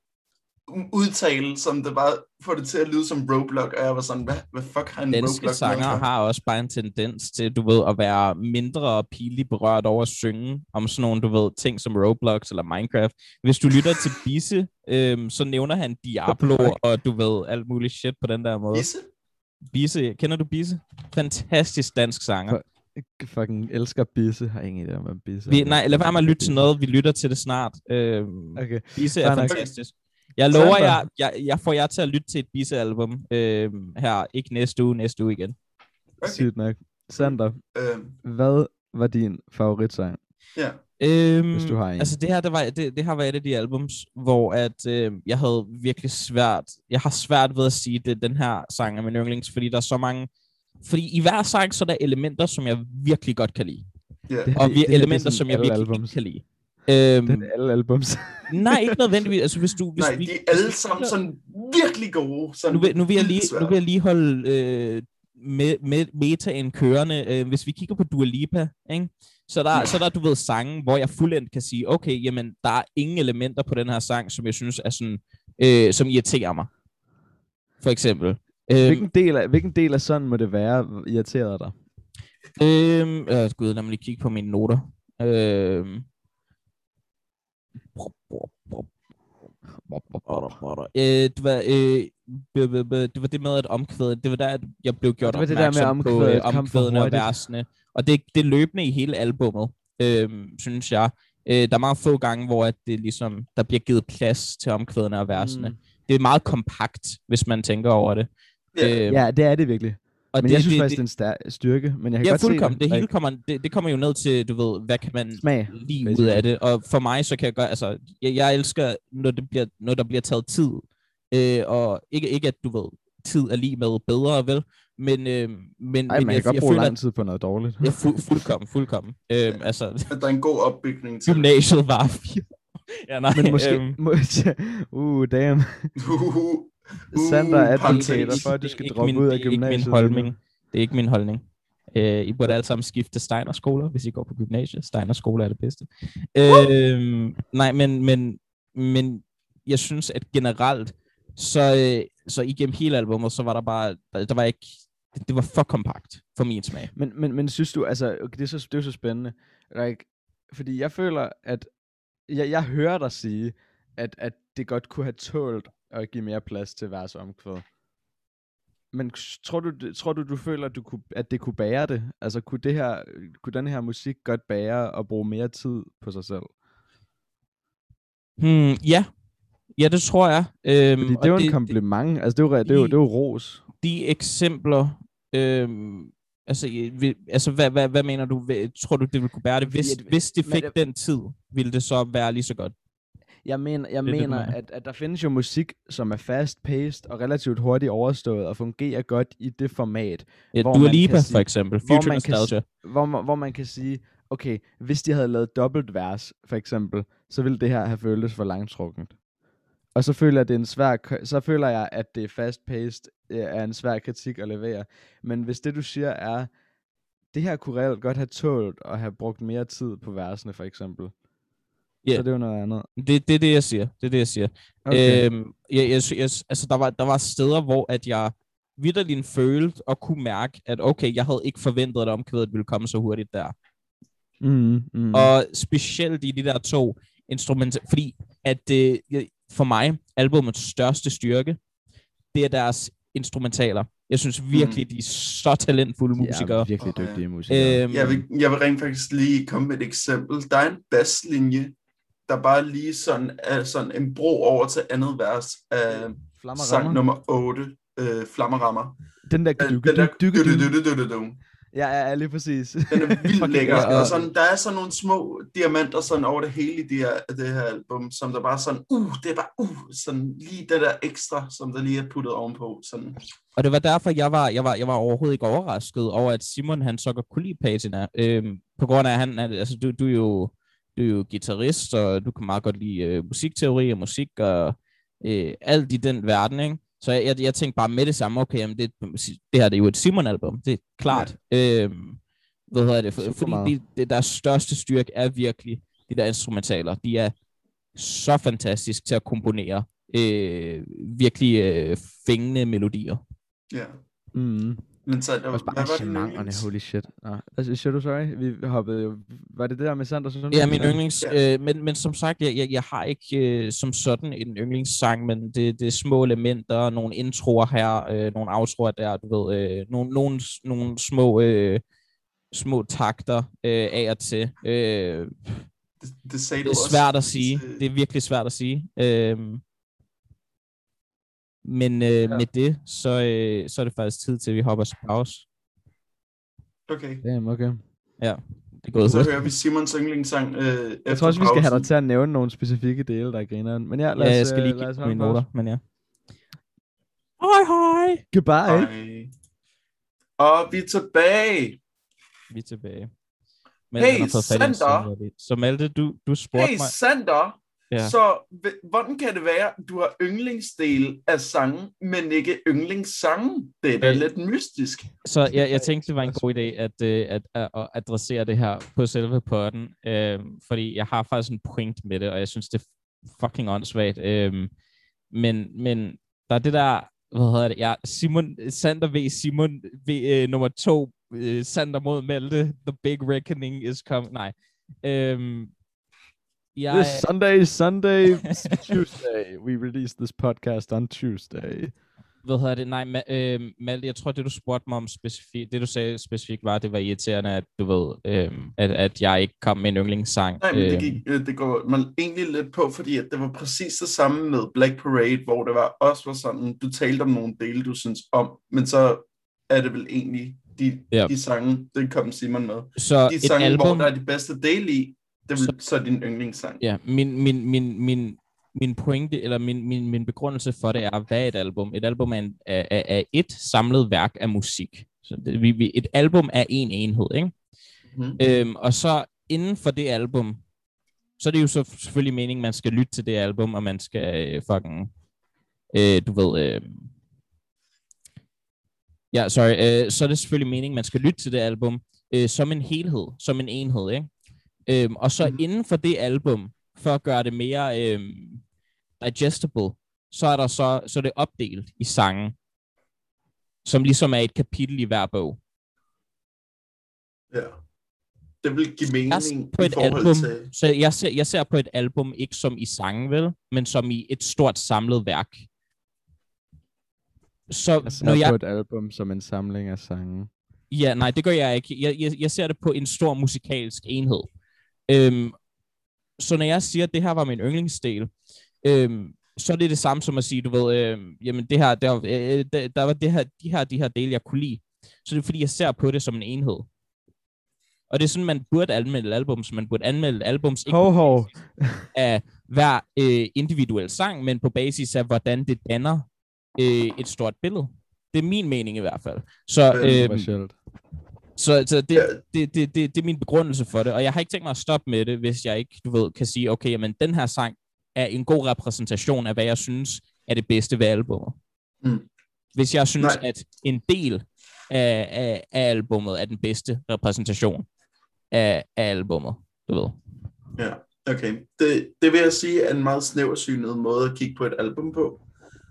udtale, som det bare får det til at lyde som roadblock, og jeg var sådan, hvad, hvad fuck har en Danske roadblock? sanger har også bare en tendens til, du ved, at være mindre pinligt berørt over at synge om sådan nogle, du ved, ting som Roblox eller Minecraft. Hvis du lytter til Bisse, øhm, så nævner han Diablo og du ved, alt muligt shit på den der måde. Bisse? Bisse, kender du Bisse? Fantastisk dansk sanger. Jeg fucking elsker Bisse. Har ingen idé om, hvad Bisse Vi, nej, lad være med at lytte til noget. Vi lytter til det snart. Øhm, okay. Bisse er Fair fantastisk. Jeg lover jer, jeg, jeg får jer til at lytte til et Bisse-album øh, her, ikke næste uge, næste uge igen. Okay. Sygt nok. Sander, Øhm, hvad var din favoritsang? ja. Øhm, Hvis du har en. Altså det her, det, var, det, det har været et af de albums, hvor at, øh, jeg havde virkelig svært, jeg har svært ved at sige, det den her sang er min yndlings, fordi der er så mange, fordi i hver sang, så er der elementer, som jeg virkelig godt kan lide. Yeah. Det her- Og vi, det her, det er elementer, sådan som jeg alle virkelig albums. ikke kan lide. Øhm, Det er alle albums. nej, ikke nødvendigvis. Altså, hvis du, hvis Nej, vi, de er alle sammen sådan virkelig gode. Sådan nu, vil, nu, vil jeg lige, vildt nu vil jeg lige holde øh, med, med metaen kørende. Øh, hvis vi kigger på Dua Lipa, ikke? Så der, så der, du ved, sange, hvor jeg fuldendt kan sige, okay, jamen, der er ingen elementer på den her sang, som jeg synes er sådan, øh, som irriterer mig. For eksempel. Øhm, Hvilken del af, hvilken del af sådan må det være irriteret dig? øhm, øh, gud, lad mig lige kigge på mine noter. Øhm, øh, det var, øh, b- b- b- det var det med at omkvæde. Det var der, at jeg blev gjort Det var det der med opmærksom på omkvædet øh, kom for omkvædene og hurtigt. versene. Og det, det er løbende i hele albummet, øh, synes jeg. Øh, der er meget få gange, hvor at det ligesom, der bliver givet plads til omkvædene og versene. Mm. Det er meget kompakt, hvis man tænker over det. Ja. Øh, Ja, det er det virkelig. Og Men det, jeg synes det, faktisk, det, det er en stær- styrke, men jeg kan ja, godt se fuldkommen. det. Det hele Like, kommer, det, det kommer jo ned til, du ved, hvad kan man smag, lide ud basically. af det. Og for mig, så kan jeg gøre, altså, jeg, jeg elsker, når, det bliver, når der bliver taget tid. Øh, og ikke, ikke, at du ved, tid er lige med bedre, vel? Men, øh, men, Ej, men man jeg, kan godt jeg bruge føler, lang tid på noget dårligt. at jeg fu- fuldkommen, fuldkommen. Øh, altså, At der er en god opbygning til det. gymnasiet var fire. Ja, nej. Men måske... øhm, må, uh, damn. Uh, Sander uh, advocater parentes. for, at du det er skal ikke droppe min- ud af det er ikke min gymnasiet. lige nu. holdning. Det er ikke min holdning. Øh, I burde alle sammen skifte Steiner skoler, hvis I går på gymnasiet. Steiner skole er det bedste. Øh, nej, men, men, men jeg synes, at generelt, så, øh, så igennem hele albumet, så var der bare, der, der var ikke, det, det var for kompakt for min smag. Men, men, men synes du, altså, okay, det, er så, det er jo så spændende, like, fordi jeg føler, at jeg, jeg hører dig sige, at, at det godt kunne have tålt at give mere plads til versomkvæd. Men tror du, det- tror du, du føler, at, du kunne, at det kunne bære det? Altså, kunne, det her, kunne den her musik godt bære at bruge mere tid på sig selv? Hmm, ja. Ja, det tror jeg. Øhm, Fordi og det er jo en kompliment, altså det er jo, det er jo, det er jo ros. de eksempler, øhm, altså, i- vi- altså hvad, hvad, hvad mener du? Hvad- Tror du, det ville kunne bære det? Hvis, Fordi at- hvis det men fik det- den tid, ville det så være lige så godt? Jeg mener, jeg Det er det, du mener mener. at, at der findes jo musik, som er fast-paced og relativt hurtigt overstået og fungerer godt i det format, Ja, hvor Dua man Lipa kan for sige- eksempel. hvor Future man kan Nostalgia. hvor man, hvor man kan sige, okay, hvis de havde lavet dobbelt vers, for eksempel, så ville det her have føltes for langtrukkent. Og så føler jeg, det er en svær, så føler jeg, at det er fast-paced, øh, er en svær kritik at levere. Men hvis det, du siger, er, det her kunne reelt godt have tålt at have brugt mere tid på versene, for eksempel. Ja. Så det er jo noget andet. Det, det er det, jeg siger. Det er det, jeg siger. Okay. Øhm, jeg, jeg, jeg, altså, der var, der var steder, hvor at jeg vitterligt følte og kunne mærke, at okay, jeg havde ikke forventet, at omkvædet ville komme så hurtigt der. Mm, mm. Og specielt i de der to instrumenter, fordi at det, for mig, albumets største styrke, det er deres instrumentaler. Jeg synes virkelig, mm. de er så talentfulde De musikere. er virkelig Okay. dygtige musikere. Øhm, Jeg vil, jeg vil rent faktisk lige komme med et eksempel. Der er en basslinje, der bare lige sådan er sådan en bro over til andet vers af Flammer sang rammer. nummer otte, øh, Flammerammer. Den der Den, dykke, den der dykke, dykke. du-du-du-du-du-du. Ja, ja, ja, lige præcis. Den er vildt Fucking lækker. ja, og- Og sådan, der er sådan nogle små diamanter sådan over det hele i det her, det her album, som der bare sådan, uh, det er bare, uh, sådan lige det der ekstra, som der lige er puttet ovenpå. Sådan. Og det var derfor, jeg var, jeg var, jeg var overhovedet ikke overrasket over, at Simon, han så godt kunne lide Patina. Øhm, på grund af, at han, altså, du, du er jo, du er jo guitarist, og du kan meget godt lide øh, musikteori og musik, og øh, alt i den verden, ikke? Så jeg, jeg, jeg tænkte bare med det samme, okay, jamen det, det her det er jo et Simon-album, det er klart. Ja. Øhm, hvad hedder det? For, Super fordi meget. det, det, deres største styrke er virkelig de der instrumentaler. De er så fantastisk til at komponere øh, virkelig øh, fængende melodier. Ja. Mm. Men så, der, Også bare hvad var din arrangementerne, yndlings? holy shit. Nå, hvad siger du, sorry? Vi hoppede jo... Var det det der med Sanders? Ja, min yndlings. Ja. Øh, men, men som sagt, jeg, jeg, jeg har ikke øh, som sådan en yndlingssang, men det, det er små elementer, nogle introer her, øh, nogle outroer der, du ved, øh, nogle, nogle, nogle små, øh, små takter øh, af og til. Øh, Det, det sagde det du er også. svært at sige. Øh, Det er virkelig svært at sige. Øh, men øh, Ja. med det, så, øh, så er det faktisk tid til, at vi hopper til pause. Okay. Damn, okay. Ja, det er gået Så hurtigt. hører vi Simons yndlingssang øh, efter Jeg tror også, vi skal have dig pausen. til at nævne nogle specifikke dele, der er grineren. Men ja, lad Ja, os, jeg skal øh, lige lad os kigge på holde mine en pause. noter, men ja. Hej, hej! Goodbye. Hej. Og vi er tilbage. Vi er tilbage. Hey, han har fået fat i en Sander. sangværdi. Så Malte, du, du spurgte Hey, mig. Sander. Ja. Så h- hvordan kan det være, at du har yndlingsdel af sangen, men ikke yndlingssangen? Det er da Øh, lidt mystisk. Så jeg, jeg tænkte, det var en god idé at, øh, at, at, at adressere det her på selve podden. Øh, fordi jeg har faktisk en point med det, og jeg synes, det er fucking åndssvagt. Øh, men, men der er det der, hvad hedder det? Ja, Simon, Sander V. Simon V. Øh, nummer to. Øh, Sander mod Malte. The Big Reckoning is coming. Nej. Øh, jeg, This Sunday, Sunday, Tuesday. We release this podcast on Tuesday. Hvad hedder det? Nej, Ma- øh, Malte, jeg tror, det du spurgte mig om specifikt, det du sagde specifikt var, at det var irriterende, at du ved, øh, at, at jeg ikke kom med en yndlingssang. Nej, men det, Øh, gik, øh, det går man egentlig lidt på, fordi at det var præcis det samme med Black Parade, hvor det var også var sådan, du talte om nogle dele, du synes om, men så er det vel egentlig de, Ja. de sange, det kom Simon med. Så De et sange, album, hvor der er de bedste dele i, det er Så- vel så er din yndlingssang. ja, min, min, min, min, min pointe, eller min, min, min begrundelse for det er, hvad er et album? Et album er, en, er, er, er et samlet værk af musik. Så det, vi, vi, et album er en enhed, ikke? Mm. Øhm, og så inden for det album, så er det jo så selvfølgelig meningen, man skal lytte til det album, og man skal øh, fucking, øh, du ved, øh, ja, sorry, øh, så er det selvfølgelig meningen, man skal lytte til det album øh, som en helhed, som en enhed, ikke? Øhm, og så Mhm. inden for det album, for at gøre det mere øh, digestible, så er der så, så er det opdelt i sange, som ligesom er et kapitel i hver bog. Ja. Det vil give mening På i et forhold album, til... så jeg ser, jeg ser på et album ikke som i sange, vel, men som i et stort samlet værk. Så Jeg ser når på jeg et album som en samling af sange. Ja, nej, det gør jeg ikke. Jeg, jeg, jeg ser det på en stor musikalsk enhed. Øhm, så når jeg siger, at det her var min yndlingsdel, øhm, så er det det samme som at sige, du ved, øhm, jamen det her, der, øh, der, der var det her, de her, de her dele, jeg kunne lide. Så det er fordi, jeg ser på det som en enhed. Og det er sådan, man burde anmelde albums, man burde anmelde albums ikke Ho, på ho. basis af hver øh, individuel sang, men på basis af, hvordan det danner øh, et stort billede. Det er min mening i hvert fald. Så, Men- øhm, Kontroversielt. så, så det, Ja. det, det, det, det er min begrundelse for det, og jeg har ikke tænkt mig at stoppe med det, hvis jeg ikke, du ved, kan sige, okay, men den her sang er en god repræsentation af, hvad jeg synes er det bedste ved albumet. Mm. Hvis jeg synes, Nej. at en del af, af, af albumet er den bedste repræsentation af, af albumet, du ved. Ja, okay. Det, det vil jeg sige er en meget snæversynet måde at kigge på et album på.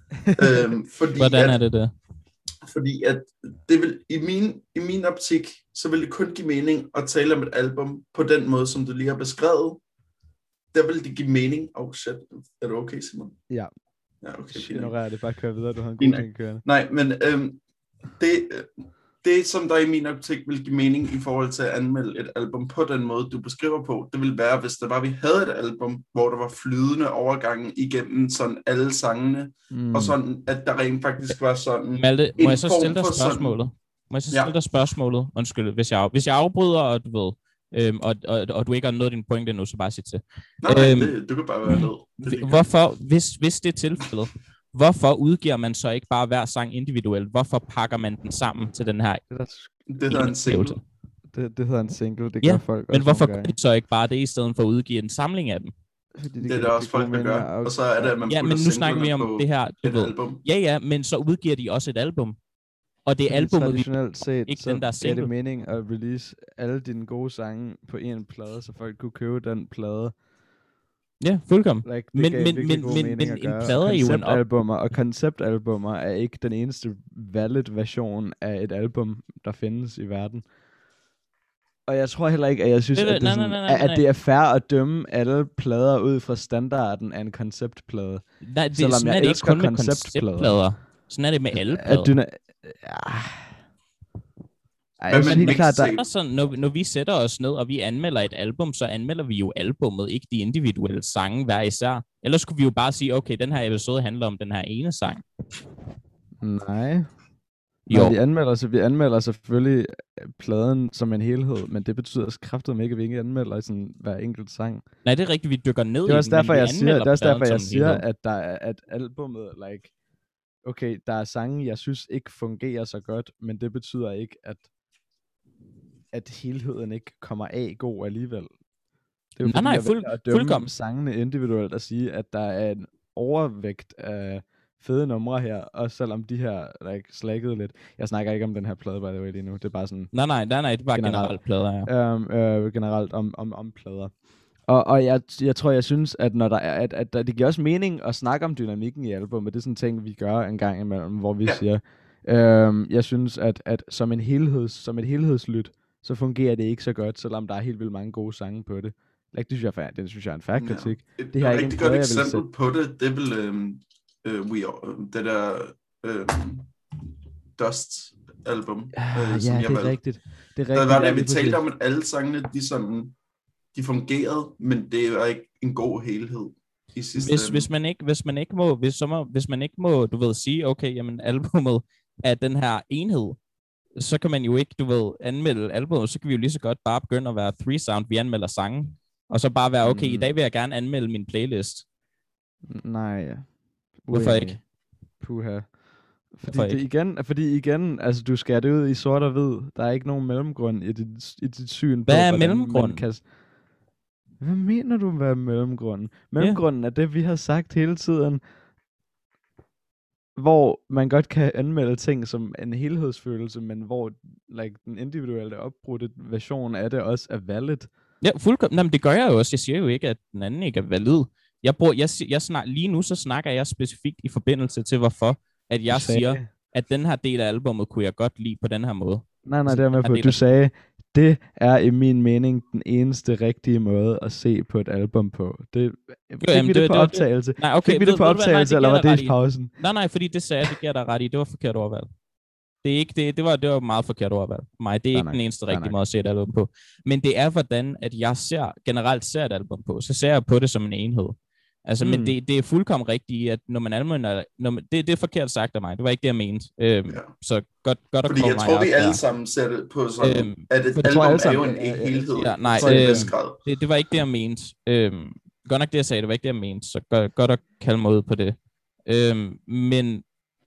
øhm, fordi Hvordan at, er det det? Fordi at det vil, i, min, i min optik, så vil det kun give mening at tale om et album på den måde, som du lige har beskrevet. Der vil det give mening. Oh shit, er du okay, Simon? Ja. Ja, okay. fint. Ignorer det, bare kør videre, du har en Fint god nok. ting kørende. Nej, men øhm, det, øh, det, som der i min optik vil give mening i forhold til at anmelde et album på den måde, du beskriver på, det vil være, hvis der var, vi havde et album, hvor der var flydende overgange igennem sådan alle sangene, Mm. og sådan, at der rent faktisk var sådan... Malte, må en jeg så form stille dig for sådan- spørgsmålet? Må jeg så Ja. stille dig spørgsmålet? Undskyld, hvis jeg, af- hvis jeg afbryder, og du ved, øhm, og, og, og du ikke har nået din pointe endnu, så bare sig til. Nej, nej, Øhm, det, du kan bare være ned. Det er ligegyldigt. Hvorfor, hvis, hvis det er tilfældet, hvorfor udgiver man så ikke bare hver sang individuelt? Hvorfor pakker man den sammen til den her Det, der, Det hedder en single. oplevelse? det, det hedder en single, det Ja, gør folk Men også hvorfor nogle gør gange. de så ikke bare det, i stedet for at udgive en samling af dem? Fordi Det er kan der også give god folk, der mening, gør. Og så er det, at man Ja, men putter nu snakker vi om singlerne på det her, du et ved. album. Ja, ja, men så udgiver de også et album. Og det er Fordi albumet, vi... traditionelt set, ikke så den, der er er single. det mening at release alle dine gode sange på en plade, så folk kunne købe den plade. Ja, fuldkommen. Like, det Men- gav men- virkelig men- god men- mening men at en gøre. plade er jo en op- konceptalbummer, og konceptalbummer er ikke den eneste valid version af et album, der findes i verden. Og jeg tror heller ikke, at jeg synes, Det er at, det- det, nej, sådan, nej, nej, nej, at det er fair at dømme alle plader ud fra standarden af en konceptplade. Nej, det, Selvom sådan jeg er det ikke elsker kun med konceptplader. konceptplader. Sådan er det med alle At plader. dyna- ja. Ej, Hvad jeg med synes helt klart, der, mixtape? Og sådan, når, når vi sætter os ned, og vi anmelder et album, så anmelder vi jo albummet, ikke de individuelle sange hver især. Ellers skulle vi jo bare sige, okay, den her episode handler om den her ene sang. nej. Jo, Nej, vi anmelder, så vi anmelder selvfølgelig øh, pladen som en helhed, men det betyder kraftedeme ikke, at vi ikke anmelder sådan hver enkelt sang. nej, det er rigtigt, vi dykker ned Det er i også den, men derfor, vi jeg siger, anmelder det er også pladen derfor, jeg som en siger helhed. at, der er, at albummet, like, okay, der er sange, jeg synes ikke fungerer så godt, men det betyder ikke, at, at helheden ikke kommer af god alligevel. Det er jo Nej, fordi, nej, jeg fuld- vælger at dømme fuldkommen. sangene individuelt og sige, at der er en overvægt af fede numre her, og selvom de her like, slaggede lidt. Jeg snakker ikke om den her plade, by the way, lige nu. Det er bare sådan Nej, nej, nej, nej, det er bare Generelt. generelt plader, ja. øhm, øh, generelt om, om, om plader. Og, og jeg, jeg tror, jeg synes, at når der er, at, at, at det giver også mening at snakke om dynamikken i albumet. Det er sådan en ting, vi gør en gang imellem, hvor vi Ja. ja. siger, øhm, jeg synes, at, at som, en helheds, som et helhedslyt, så fungerer det ikke så godt, selvom der er helt vildt mange gode sange på det. Like, det synes jeg, er, det synes jeg er en fair kritik. Ja. Et, Det her er et ikke en rigtig plade, godt jeg vil eksempel på det, det er vel øhm, øh, We Are, det der øhm, Dust-album, Ah, øh, ja, som jeg det er valgte. rigtigt. Det er Der rigtigt. var ja, det, vi lige talte præcis. om, at alle sangene, de, sådan, de fungerede, men det var ikke en god helhed i sidste Hvis, ende. hvis man ikke, hvis man ikke må, hvis, så må, hvis man ikke må, du ved, sige, okay, jamen albumet er den her enhed, så kan man jo ikke, du ved, anmelde albumet, så kan vi jo lige så godt bare begynde at være three sound, vi anmelder sange, og så bare være, okay, mm. i dag vil jeg gerne anmelde min playlist. Nej. Hvorfor Uenig. ikke? Puha. Fordi Hvorfor det ikke? igen, fordi igen, altså du skærer det ud i sort og hvid. Der er ikke nogen mellemgrund i dit, i dit syn på, Hvad er hvordan mellemgrund? man kan... Hvad mener du med mellemgrunden? Mellemgrunden yeah. er det, vi har sagt hele tiden, hvor man godt kan anmelde ting som en helhedsfølelse, men hvor like, den individuelle opbrudte version af det også er valid. Ja, fuldkommen. Jamen, det gør jeg jo også. Jeg siger jo ikke, at den anden ikke er valid. Jeg bruger, jeg, jeg snak, lige nu så snakker jeg specifikt i forbindelse til, hvorfor at jeg sagde... siger, at den her del af albumet kunne jeg godt lide på den her måde. Nej, nej, det er med på. Du sagde, det er i min mening den eneste rigtige måde at se på et album på. Det, fik jo, jamen, vi det, det på det, optagelse? Det, nej, okay. Fik vi det ved, på optagelse, nej, det eller var det i pausen? Nej, nej, fordi det sagde jeg, det giver dig ret i. Det var forkert overvalg. Det, er ikke, det, det, var, det var meget forkert overvalg. Nej, det er nej, ikke nej, den eneste nej, rigtige nej. måde at se et album på. Men det er hvordan, at jeg ser, generelt ser et album på. Så ser jeg på det som en enhed. Altså, mm. men det, det er fuldkommen rigtigt, at når man anmelder, når man, det, det er forkert sagt af mig. Det var ikke det, jeg mente. Øhm, ja. Så godt, godt at fordi komme jeg tror, vi alle sammen ser det på sådan, øhm, at et album er jo en helhed. Ja, nej, øh, det, det var ikke det, jeg mente. Øhm, godt nok det, jeg sagde, det var ikke det, jeg mente. Så godt, godt at kalde mig ud på det. Øhm, men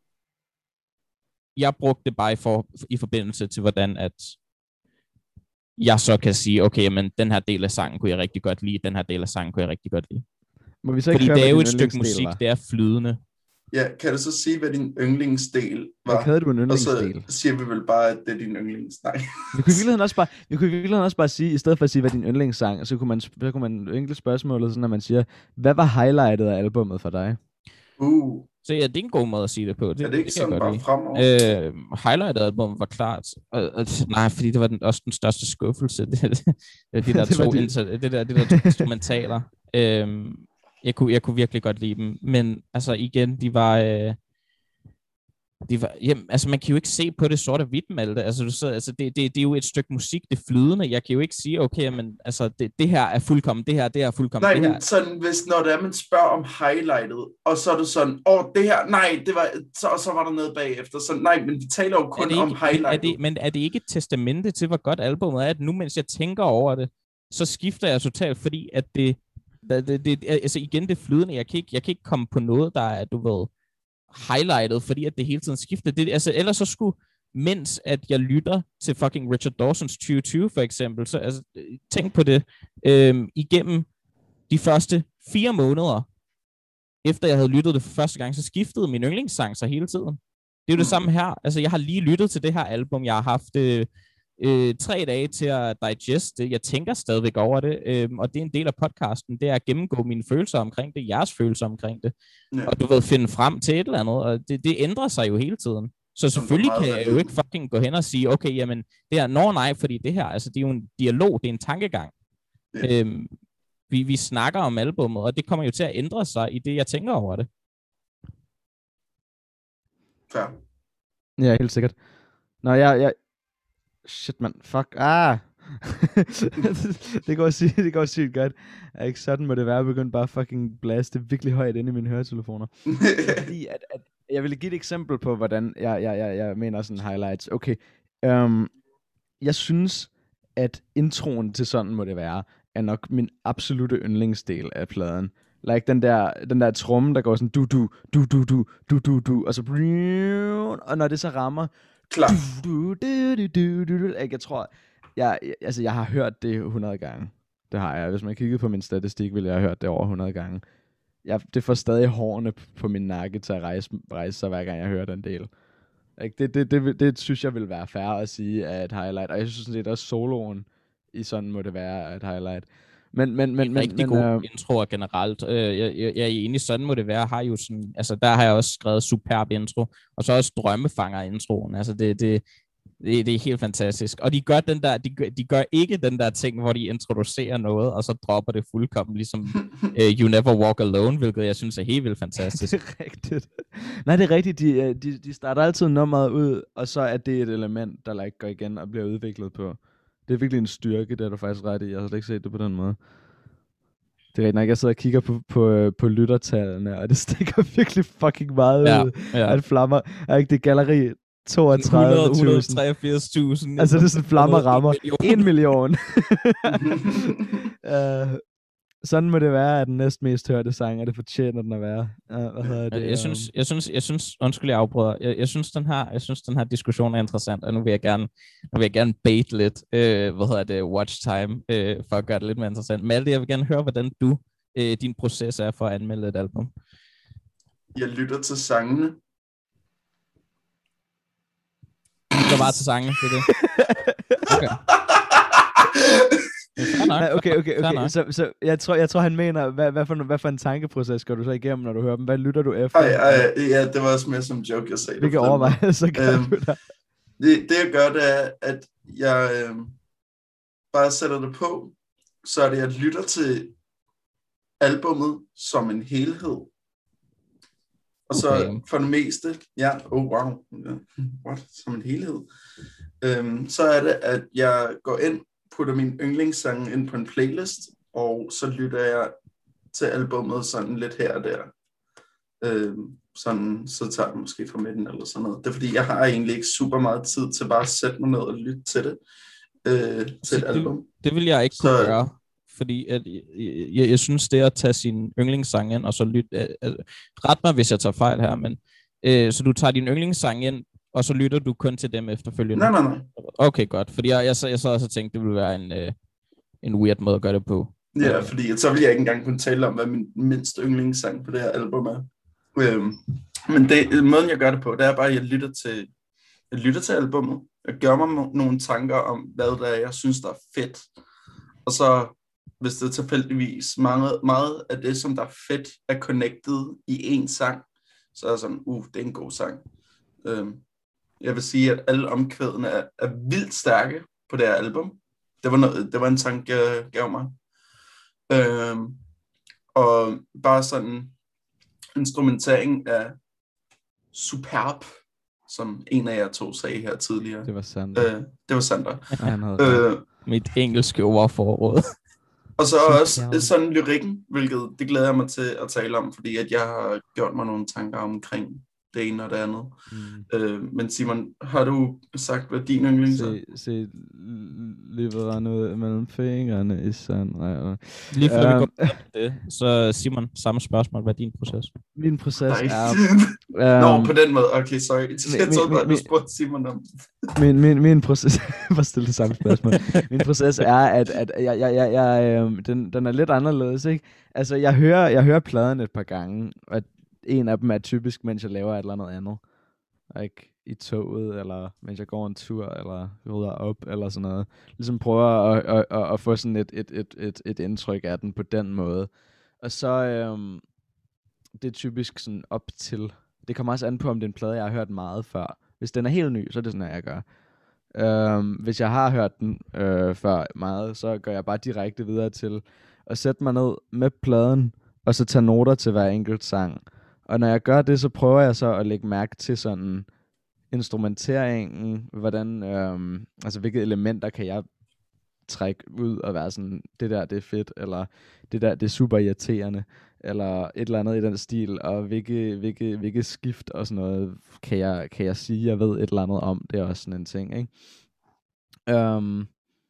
jeg brugte det bare i, for, i forbindelse til, hvordan at jeg så kan sige, okay, men den her del af sangen kunne jeg rigtig godt lide, den her del af sangen kunne jeg rigtig godt lide. Må vi så ikke fordi køre, det er jo et stykke musik, var? Det er flydende. Ja, kan du så sige, hvad din yndlingsdel var? Hvad havde du en yndlingsdel? Og så siger vi vel bare, at det er din yndlings... Nej. Vi kunne i virkeligheden også bare, vi kunne i virkeligheden også bare sige, i stedet for at sige, hvad din yndlingssang, så kunne man, så kunne man enkelt spørgsmålet, sådan at man siger, hvad var highlightet af albummet for dig? Uh. Så ja, det er en god måde at sige det på. Det, er det ikke det sådan bare fremover? Øh, highlightet af albumet var klart. Og, og, nej, fordi det var den, også den største skuffelse. Det, det, det, de der det to, inter, det der, det der to instrumentaler. Øh, Jeg kunne, jeg kunne virkelig godt lide dem, men altså igen, de var, øh, de var jamen, altså man kan jo ikke se på det sort og hvidt, Malte. Altså, du sidder, altså det, det, det er jo et stykke musik, det er flydende. Jeg kan jo ikke sige, okay, men altså det, det her er fuldkommen, det her, det er fuldkommen. Nej, det men her. sådan, hvis når det er, man spørger om highlightet, og så er du sådan, åh, oh, det her, nej, det var, så, og så var der noget bagefter. Så nej, men vi taler jo kun ikke, om highlightet. Er det, men er det ikke et testamente til, hvor godt albumet er, at nu, mens jeg tænker over det, så skifter jeg totalt, fordi at det Det, det, altså igen, det flydende. Jeg kan, ikke, jeg kan ikke komme på noget, der er, du ved, highlightet, fordi at det hele tiden skifter. Det, altså, ellers så skulle, mens at jeg lytter til fucking Richard Dawson's tyve tyve, for eksempel, så altså, tænk på det, øhm, igennem de første fire måneder, efter jeg havde lyttet det for første gang, så skiftede min yndlingssang sig hele tiden. Det er jo det samme her. Altså, jeg har lige lyttet til det her album. Jeg har haft øh, Øh, tre dage til at digeste. Jeg tænker stadigvæk over det, øh, og det er en del af podcasten, det er at gennemgå mine følelser omkring det, jeres følelser omkring det, ja. Og du ved, finde frem til et eller andet, og det, det ændrer sig jo hele tiden. Så selvfølgelig kan jeg jo ikke fucking gå hen og sige, okay, jamen, det er, nå nej, fordi det her, altså det er jo en dialog, det er en tankegang. Ja. Øh, vi, vi snakker om albummet, og det kommer jo til at ændre sig i det, jeg tænker over det. Ja. Ja, helt sikkert. Nå, jeg, jeg shit, man. Fuck. Ah! det går sygt, det går sygt godt. Er ikke sådan må det være, begyndt bare fucking blaste virkelig højt ind i mine høretelefoner. Fordi at, at, jeg vil give et eksempel på, hvordan jeg, jeg, jeg, jeg mener sådan highlights. Okay. Um, jeg synes, at introen til Sådan må det være, er nok min absolute yndlingsdel af pladen. Like den der, den der tromme, der går sådan du, du, du, du, du, du, du, du, og så og når det så rammer klar. Du, du, du, du, du, du. Jeg tror, jeg, altså jeg har hørt det hundrede gange. Det har jeg. Hvis man kiggede på min statistik, ville jeg have hørt det over hundrede gange. Jeg, det får stadig hårene på min nakke til at rejse, rejse sig, hver gang jeg hører den del. Det, det, det, det, det synes jeg vil være fair at sige er et highlight. Og jeg synes sådan set også soloen i Sådan må det være et highlight. Men, men, men, en rigtig men, god øh, introer generelt. Øh, jeg, jeg, jeg er enig, Sådan må det være. Har jo sådan, altså der har jeg også skrevet superb intro, og så også Drømmefanger introen. Altså det, det, det, det er helt fantastisk. Og de gør den der, de gør, de gør ikke den der ting, hvor de introducerer noget, og så dropper det fuldkommen, ligesom uh, You Never Walk Alone, hvilket jeg synes er helt vildt fantastisk. Det er rigtigt. Nej, det er rigtigt. De, de, de starter altid nummeret ud, og så er det et element, der like, går igen og bliver udviklet på. Det er virkelig en styrke, det er du faktisk ret i. Jeg har slet ikke set det på den måde. Det er rigtigt nok, jeg sidder og kigger på, på, på lyttertallene, og det stikker virkelig fucking meget ja, ud. Ja. At flammer. Er ikke det galleri? toogtredive tusind. hundrede og treogfirs tusind. Altså det er sådan flammer rammer. En million. uh, sådan må det være, at den næst mest hørte sang, og det fortjener den at være. Uh, hvad hedder det? Jeg, jeg, synes, jeg, synes, jeg synes, undskyld jeg afbryder, jeg, jeg, synes, den her, jeg synes, den her diskussion er interessant, og nu vil jeg gerne, nu vil jeg gerne bait lidt, øh, hvad hedder det, watch time, øh, for at gøre det lidt mere interessant. Malte, jeg vil gerne høre, hvordan du, øh, din proces er for at anmelde et album. Jeg lytter til sangene. Du lytter bare til sangene, det er det. Okay. Nej, okay, okay, okay. Så, så jeg, tror, jeg tror, han mener, hvad, hvad, for, hvad for en tankeproces går du så igennem, når du hører dem? Hvad lytter du efter? Ej, ej, ja, det var også mere som joke, jeg sagde. Hvilke overvejelser gør øhm, du der? Det, det, jeg gør, det er, at jeg øh, bare sætter det på, så er det, at jeg lytter til albummet som en helhed. Og så okay. For det meste, ja, oh wow, what, som en helhed. Øhm, så er det, at jeg går ind, putter min yndlingssange ind på en playlist, og så lytter jeg til albummet sådan lidt her og der. Øhm, sådan, så tager jeg måske fra midten eller sådan noget. Det er fordi, jeg har egentlig ikke super meget tid til bare at sætte mig ned og lytte til det. Øh, til et album. Det, det vil jeg ikke kunne så, gøre, fordi at, jeg, jeg, jeg synes, det er at tage sin yndlingssang ind, og så lytte. Øh, ret mig, hvis jeg tager fejl her, men øh, så du tager din yndlingssang ind, og så lytter du kun til dem efterfølgende? Nej, nej, nej. Okay, godt. Fordi jeg, jeg, jeg, jeg så også tænkte, det ville være en, øh, en weird måde at gøre det på. Ja, øh. fordi så vil jeg ikke engang kunne tale om, hvad min mindst yndlingssang på det her album er. Øhm, men det, måden, jeg gør det på, det er bare, at jeg lytter til, jeg lytter til albummet. Jeg gør mig nogle tanker om, hvad der er, jeg synes, der er fedt. Og så, hvis det er tilfældigvis meget, meget af det, som der er fedt, er connected i en sang, så er jeg sådan, uh, det er en god sang. Øhm, Jeg vil sige, at alle omkvædene er, er vildt stærke på det her album. Det var, noget, det var en tanke, jeg gav mig. Øhm, og bare sådan instrumentering af superb, som en af jer to sagde her tidligere. Det var Sander. Øh, det var Sander. Ja, han havde øh, Mit engelske ordforråd. Og så også sådan lyrikken, hvilket det glæder jeg mig til at tale om, fordi at jeg har gjort mig nogle tanker omkring det ene og det andet. Mm. Øh, men Simon, har du sagt, hvad din yndlings er? Se, se livet rende ud mellem fingrene i sand. Nej, lige før um, vi går det, så Simon, samme spørgsmål. Hvad er din proces? Min proces Nej. er... Nå, um, på den måde. Okay, sorry. Jeg min, troede bare, min, du spurgte Simon om. Min, min, min proces... Bare stille det samme spørgsmål. Min proces er, at, at jeg, jeg, jeg, jeg, øhm, den, den er lidt anderledes, ikke? Altså, jeg hører, jeg hører pladen et par gange, og en af dem er typisk, mens jeg laver et eller andet andet. Ikke i toget, eller mens jeg går en tur, eller rydder op, eller sådan noget. Ligesom prøver at, at, at, at få sådan et, et, et, et, et indtryk af den på den måde. Og så, øhm, det er typisk sådan op til, det kommer også an på, om det er en plade, jeg har hørt meget før. Hvis den er helt ny, så er det sådan, at jeg gør. Øhm, hvis jeg har hørt den øh, før meget, så går jeg bare direkte videre til at sætte mig ned med pladen, og så tage noter til hver enkelt sang. Og når jeg gør det, så prøver jeg så at lægge mærke til sådan instrumenteringen, hvordan, øhm, altså hvilke elementer kan jeg trække ud og være sådan, det der, det er fedt, eller det der, det er super irriterende, eller et eller andet i den stil, og hvilke, hvilke, hvilke skift og sådan noget kan jeg, kan jeg sige, jeg ved et eller andet om, det er også sådan en ting, ikke? Um,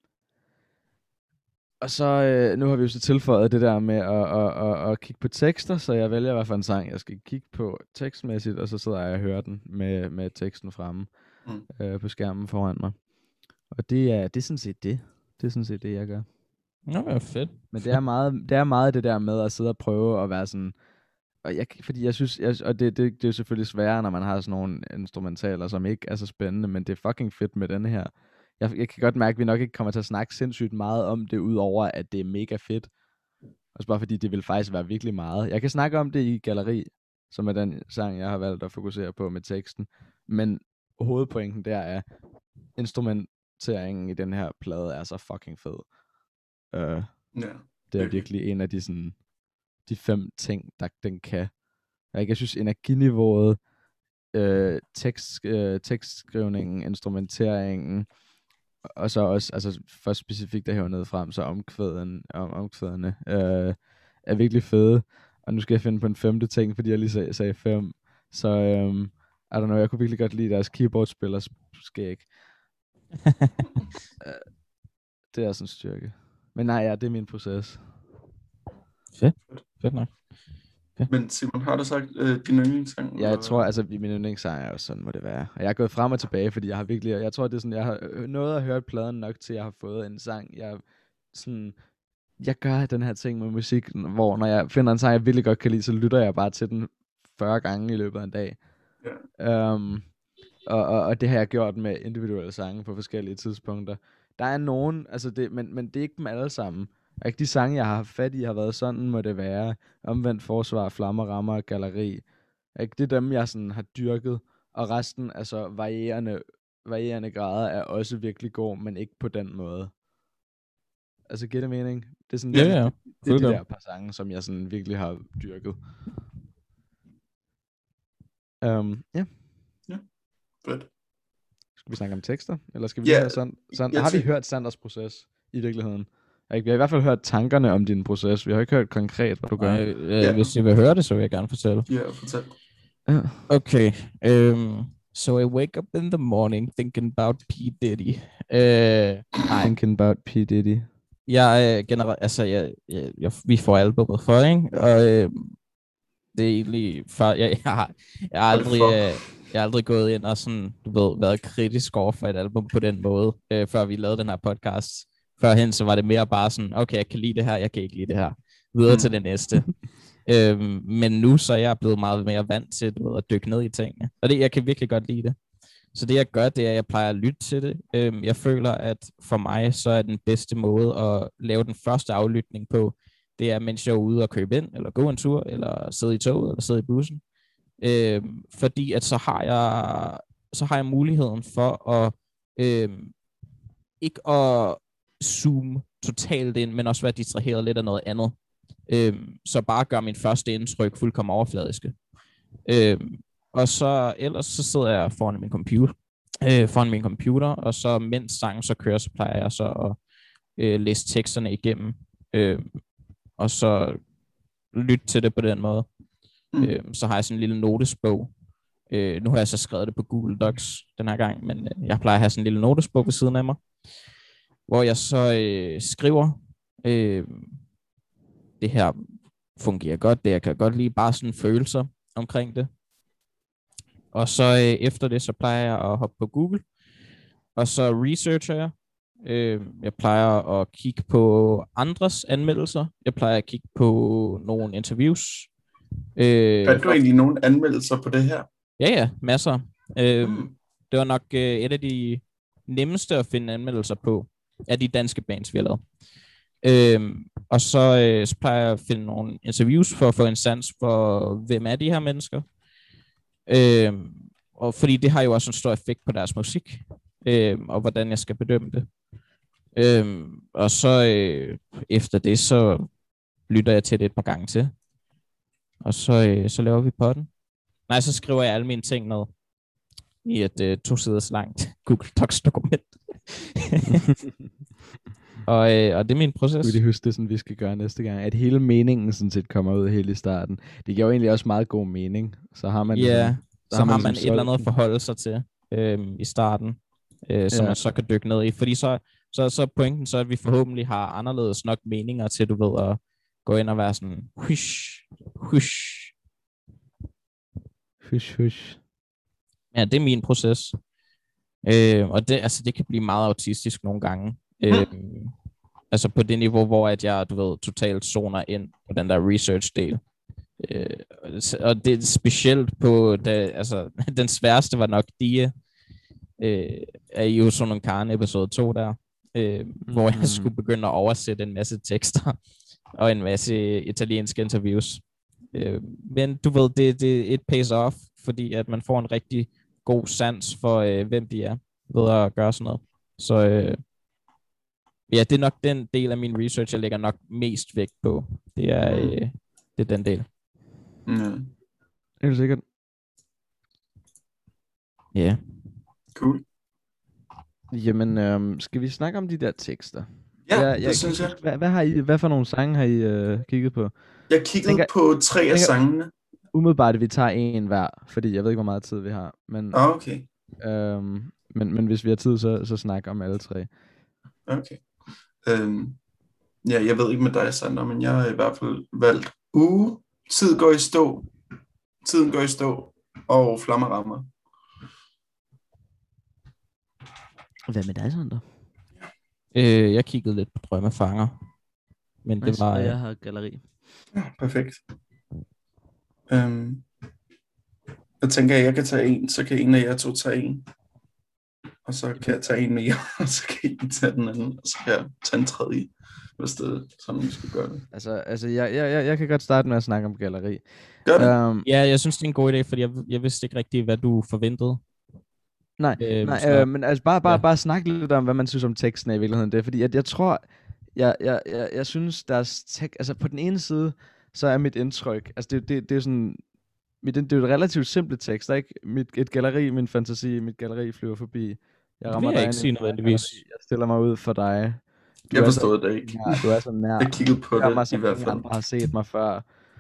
Og så, øh, nu har vi jo så tilføjet det der med at, at, at, at kigge på tekster, så jeg vælger, hvad for en sang jeg skal kigge på tekstmæssigt, og så sidder jeg og hører den med, med teksten fremme mm. øh, på skærmen foran mig. Og det er, det er sådan set det. Det er sådan set det, jeg gør. Nå, det er fedt. Men det er meget det, er meget det der med at sidde og prøve at være sådan, og jeg, fordi jeg synes, jeg, og det, det, det er jo selvfølgelig sværere, når man har sådan nogle instrumentaler, som ikke er så spændende, men det er fucking fedt med denne her. Jeg, jeg kan godt mærke, at vi nok ikke kommer til at snakke sindssygt meget om det, udover at det er mega fedt. Også bare fordi det vil faktisk være virkelig meget. Jeg kan snakke om det i Galleri, som er den sang, jeg har valgt at fokusere på med teksten. Men hovedpointen der er, instrumenteringen i den her plade er så fucking fed. Uh, ja, det er virkelig en af de, sådan, de fem ting, der den kan. Jeg, jeg synes, energiniveauet, øh, tekst, øh, tekstskrivningen, instrumenteringen, og så også, altså for specifikt der her nede frem, så omkvæden, om, omkvædene øh, er virkelig fede. Og nu skal jeg finde på en femte ting, fordi jeg lige sag, sagde fem. Så øhm, I don't know, jeg kunne virkelig godt lide deres keyboardspillers skæg. uh, det er også en styrke. Men nej, ja, det er min proces. Fedt. Fedt nok. Fedt. Men Simon, har du sagt øh, din yndlingssang? Ja, jeg tror, altså, min yndlingssang er jo sådan, må det være. Og jeg er gået frem og tilbage, fordi jeg har virkelig, jeg tror, det er sådan, jeg har nået at høre pladen nok til, jeg har fået en sang. Jeg sådan, jeg gør den her ting med musik, hvor når jeg finder en sang, jeg virkelig godt kan lide, så lytter jeg bare til den fyrre gange i løbet af en dag. Yeah. Um, og, og, og det har jeg gjort med individuelle sange på forskellige tidspunkter. Der er nogen, altså det, men, men det er ikke dem alle sammen. Ikke de sange, jeg har haft fat i, har været sådan, må det være. Omvendt forsvar, flammer, rammer, galleri. Ikke det er dem, jeg sådan har dyrket. Og resten, altså varierende, varierende grader, er også virkelig god, men ikke på den måde. Altså, giver det mening? Det er sådan, ja, ja. Det, det er de der par sange, som jeg sådan virkelig har dyrket. Um, ja. Ja, fedt. Skal vi snakke om tekster? Eller skal vi yeah. høre sådan, sådan? Har vi hørt Sanders proces i virkeligheden? Vi har i hvert fald hørt tankerne om din proces. Vi har ikke hørt konkret, hvad du gør. Nej, øh, yeah. Hvis I vil høre det, så vil jeg gerne fortælle. Ja, yeah, fortæl. Uh. Okay. Um, so I wake up in the morning thinking about P. Diddy. Uh, thinking about P. Diddy. Jeg er generelt, altså, jeg, jeg, jeg, vi får albumet for, ikke? Og øh, det er egentlig, for, jeg, jeg, har, jeg, har aldrig, øh, jeg har aldrig gået ind og sådan, du ved, været kritisk over for et album på den måde, øh, før vi lavede den her podcast. Førhen, så var det mere bare sådan, okay, jeg kan lide det her, jeg kan ikke lide det her. Videre mm. til det næste. øhm, men nu så er jeg blevet meget mere vant til, du ved, at dykke ned i tingene. Og det, jeg kan virkelig godt lide det. Så det, jeg gør, det er, at jeg plejer at lytte til det. Øhm, jeg føler, at for mig, så er den bedste måde at lave den første aflytning på, det er, mens jeg er ude og købe ind, eller gå en tur, eller sidde i toget, eller sidde i bussen. Øhm, fordi at så har jeg, så har jeg muligheden for at, øhm, ikke at zoome totalt ind, men også være distraheret lidt af noget andet. Øhm, så bare gør min første indtryk fuldkommen overfladiske. Øhm, og så ellers så sidder jeg foran min computer, øh, foran min computer, og så mens sangen så kører, så plejer jeg så at øh, læse teksterne igennem, øh, og så lytte til det på den måde. Mm. Øh, så har jeg sådan en lille notesbog. Øh, nu har jeg så skrevet det på Google Docs den her gang, men øh, jeg plejer at have sådan en lille notesbog ved siden af mig, hvor jeg så øh, skriver, øh, det her fungerer godt, det jeg kan godt lide, bare sådan følelser omkring det. Og så øh, efter det, så plejer jeg at hoppe på Google, og så researcher jeg. Øh, jeg plejer at kigge på andres anmeldelser. Jeg plejer at kigge på nogle interviews. Øh, Fandt du egentlig nogle anmeldelser på det her? Ja, ja, masser. Øh, mm. Det var nok øh, et af de nemmeste at finde anmeldelser på, af de danske bands, vi har lavet. Øh, og så, øh, så plejer jeg at finde nogle interviews for at få en sans for, hvem er de her mennesker. Øh, og fordi det har jo også en stor effekt på deres musik, øh, og hvordan jeg skal bedømme det. Øh, og så øh, efter det, så lytter jeg til det et par gange til. Og så, øh, så laver vi på den. Nej, så skriver jeg alle mine ting ned i et øh, to siders langt Google Docs dokument. og, øh, og det er min proces. Skal vi huske det, sådan, vi skal gøre næste gang? At hele meningen sådan set kommer ud helt i starten. Det giver jo egentlig også meget god mening. Så har man, ja, sådan, så, så har man, man et eller andet at forholde sig til øh, i starten, øh, som ja. man så kan dykke ned i. Fordi så, så, så pointen så, at vi forhåbentlig har anderledes nok meninger til, du ved, at gå ind og være sådan, hush, hush. Hush, hush. Ja, det er min proces. Øh, og det, altså, det kan blive meget autistisk nogle gange. Øh, altså på det niveau, hvor at jeg, du ved, totalt zoner ind på den der research-del. Øh, og det er specielt på, da, altså, den sværeste var nok Dia, øh, af Ioson og Karen episode to der, øh, mm. hvor jeg skulle begynde at oversætte en masse tekster og en masse italienske interviews. Øh, men du ved, det, det it pays off, fordi at man får en rigtig god sans for, øh, hvem de er, ved at gøre sådan noget. Så øh, ja, det er nok den del af min research, jeg lægger nok mest vægt på. Det er, øh, det er den del. Mm. Helt sikkert. Ja. Yeah. Cool. Jamen, øhm, skal vi snakke om de der tekster? Ja, jeg, det jeg, synes jeg. Hvad, hvad, har I, hvad for nogle sange har I øh, kigget på? Jeg kiggede tænker, på tre af tænker, sangene. umiddelbart, vi tager en hver, fordi jeg ved ikke, hvor meget tid vi har. Men, Ah, okay. øhm, men, men hvis vi har tid, så, så snak om alle tre. Okay. Øhm, ja, jeg ved ikke med dig, Sander, men jeg har i hvert fald valgt uge, tid går i stå, tiden går i stå, og flammer rammer. Hvad med dig, Sander? Øh, jeg kiggede lidt på Drømmefanger. Men Nice, det var... og Øh, jeg har galleri. Ja, perfekt. Øhm, jeg tænker, at jeg kan tage en, så kan en af jer to tage en. Og så kan jeg tage en mere, og så kan I tage den anden, og så kan jeg tage en tredje, hvis det er sådan, vi skal gøre det. Altså, altså jeg, jeg, jeg, jeg kan godt starte med at snakke om galleri. Gør det. Um, ja, jeg synes, det er en god idé, fordi jeg, jeg vidste ikke rigtig, hvad du forventede. nej, Øhm, nej så- øh, men altså bare, bare, ja. ja. bare snakke lidt om, hvad man synes om teksten er i virkeligheden. Det er, fordi at jeg tror, jeg, jeg, jeg, jeg synes, deres tekst, altså på den ene side, så er mit indtryk, altså det, det, det er sådan, mit, det er jo et relativt simpelt tekst, der er ikke mit, et galleri, min fantasi, mit galleri flyver forbi. Jeg vil rammer jeg dig ikke ind i sige mit eget nødvendigvis. galleri. Jeg stiller mig ud for dig. Du Jeg er så forstod det ikke. nær, du er så nær. Jeg kiggede på Gør det mig, i som hvert ingen fald. andre har set mig før.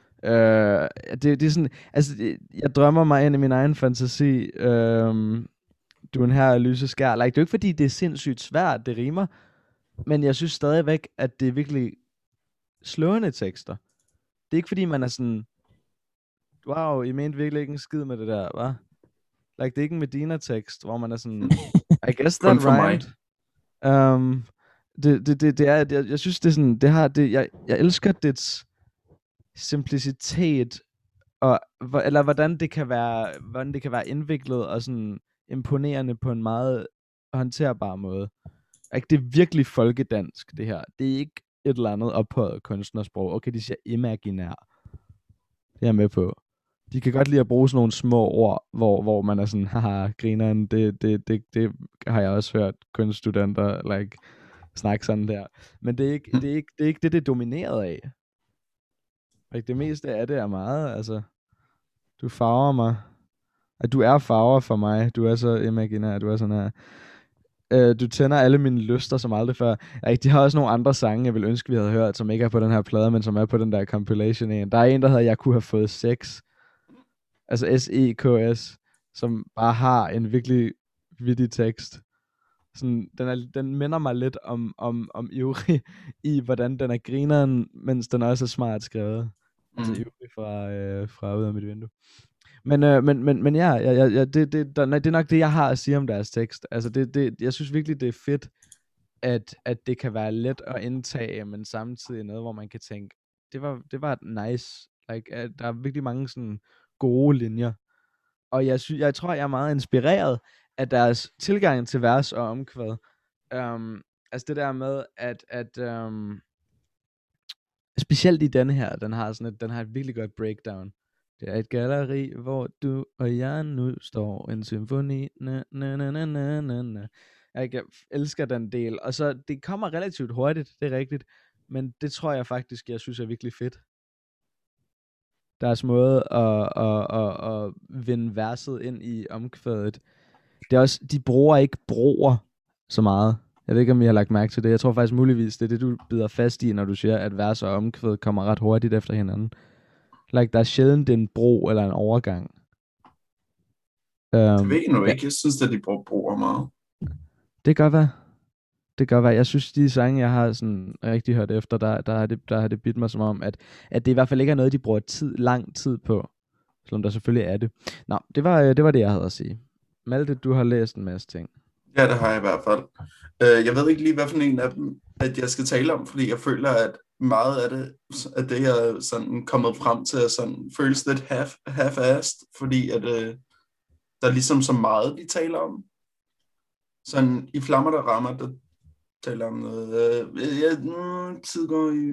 Øh, det, det er sådan, altså, det, jeg drømmer mig ind i min egen fantasi. Øh, du er en her lyse skær. Like, det er jo ikke fordi, det er sindssygt svært, det rimer. Men jeg synes stadigvæk, at det er virkelig slående tekster. Det er ikke fordi, man er sådan, wow, I mente virkelig ikke en skid med det der, hva? Like, det er ikke en Medina-tekst, hvor man er sådan, I guess that Kun for mig. rhymed. Um, det, det, det, det er, jeg, jeg synes, det er sådan, det har, det, jeg, jeg elsker dets simplicitet, og, hvor- eller hvordan det kan være, hvordan det kan være indviklet og sådan imponerende på en meget håndterbar måde. Like, det er virkelig folkedansk, det her. Det er ikke et eller andet ophøjet kunstnersprog. Okay, de siger imaginær. Det er jeg med på. De kan godt lide at bruge sådan nogle små ord, hvor, hvor man er sådan, haha, grineren, det, det, det, det har jeg også hørt kunststudenter like, snakke sådan der. Men det er ikke det, er ikke, det, er ikke det, det er domineret af. Like, det meste af det er meget, altså, du farver mig. At du er farver for mig. Du er så imaginær, du er sådan her. Øh, du tænder alle mine lyster som aldrig før. Like, de har også nogle andre sange, jeg vil ønske, vi havde hørt, som ikke er på den her plade, men som er på den der compilation en. Der er en, der hedder Jeg kunne have fået sex. Altså S E K S, som bare har en virkelig vittig tekst. Sådan, den, er, den minder mig lidt om, om, om Ivrig i, hvordan den er grineren, mens den også er smart skrevet. Mm. Altså Ivrig fra, øh, fra Ud af mit vindue. Men, øh, men, men, men ja, ja, ja det, det, der, nej, det er nok det, jeg har at sige om deres tekst. Altså det, det, jeg synes virkelig, det er fedt, at, at det kan være let at indtage, men samtidig noget, hvor man kan tænke, det var, det var nice. Like, at der er virkelig mange sådan gode linjer. Og jeg, synes, jeg tror, jeg er meget inspireret af deres tilgang til vers og omkvæd. Um, altså det der med, at, at um, specielt i denne her, den har, sådan et, den har et virkelig godt breakdown. Det er et galleri, hvor du og jeg nu står en symfoni. Na, na, na, na, na, na, na. Jeg elsker den del. Og så, det kommer relativt hurtigt, det er rigtigt. Men det tror jeg faktisk, jeg synes er virkelig fedt. Deres måde at, at, at, at vinde verset ind i omkvædet. Det er også, de bruger ikke broer så meget. Jeg ved ikke, om I har lagt mærke til det. Jeg tror faktisk muligvis, det er det, du bider fast i, når du siger, at vers og omkvæd kommer ret hurtigt efter hinanden. Like, der er sjældent en bro eller en overgang. Um, Det ved jeg nu ikke. Jeg synes, at de bruger bruger meget. Det kan godt være. Det kan godt være. Jeg synes, de sange, jeg har sådan rigtig hørt efter, der, der, har, det, der har det bidt mig som om, at, at det i hvert fald ikke er noget, de bruger tid, lang tid på. Selvom der selvfølgelig er det. Nå, det var, det var det, jeg havde at sige. Malte, du har læst en masse ting. Ja, det har jeg i hvert fald. Uh, jeg ved ikke lige, hvad for en af dem, at jeg skal tale om, fordi jeg føler, at meget af det, at det jeg er sådan kommet frem til, er sådan, føles lidt half, half-assed, fordi at, uh, der er ligesom så meget, de taler om. Sådan, i Flammer, der rammer, der taler om noget, uh, ja, mm, tid går i...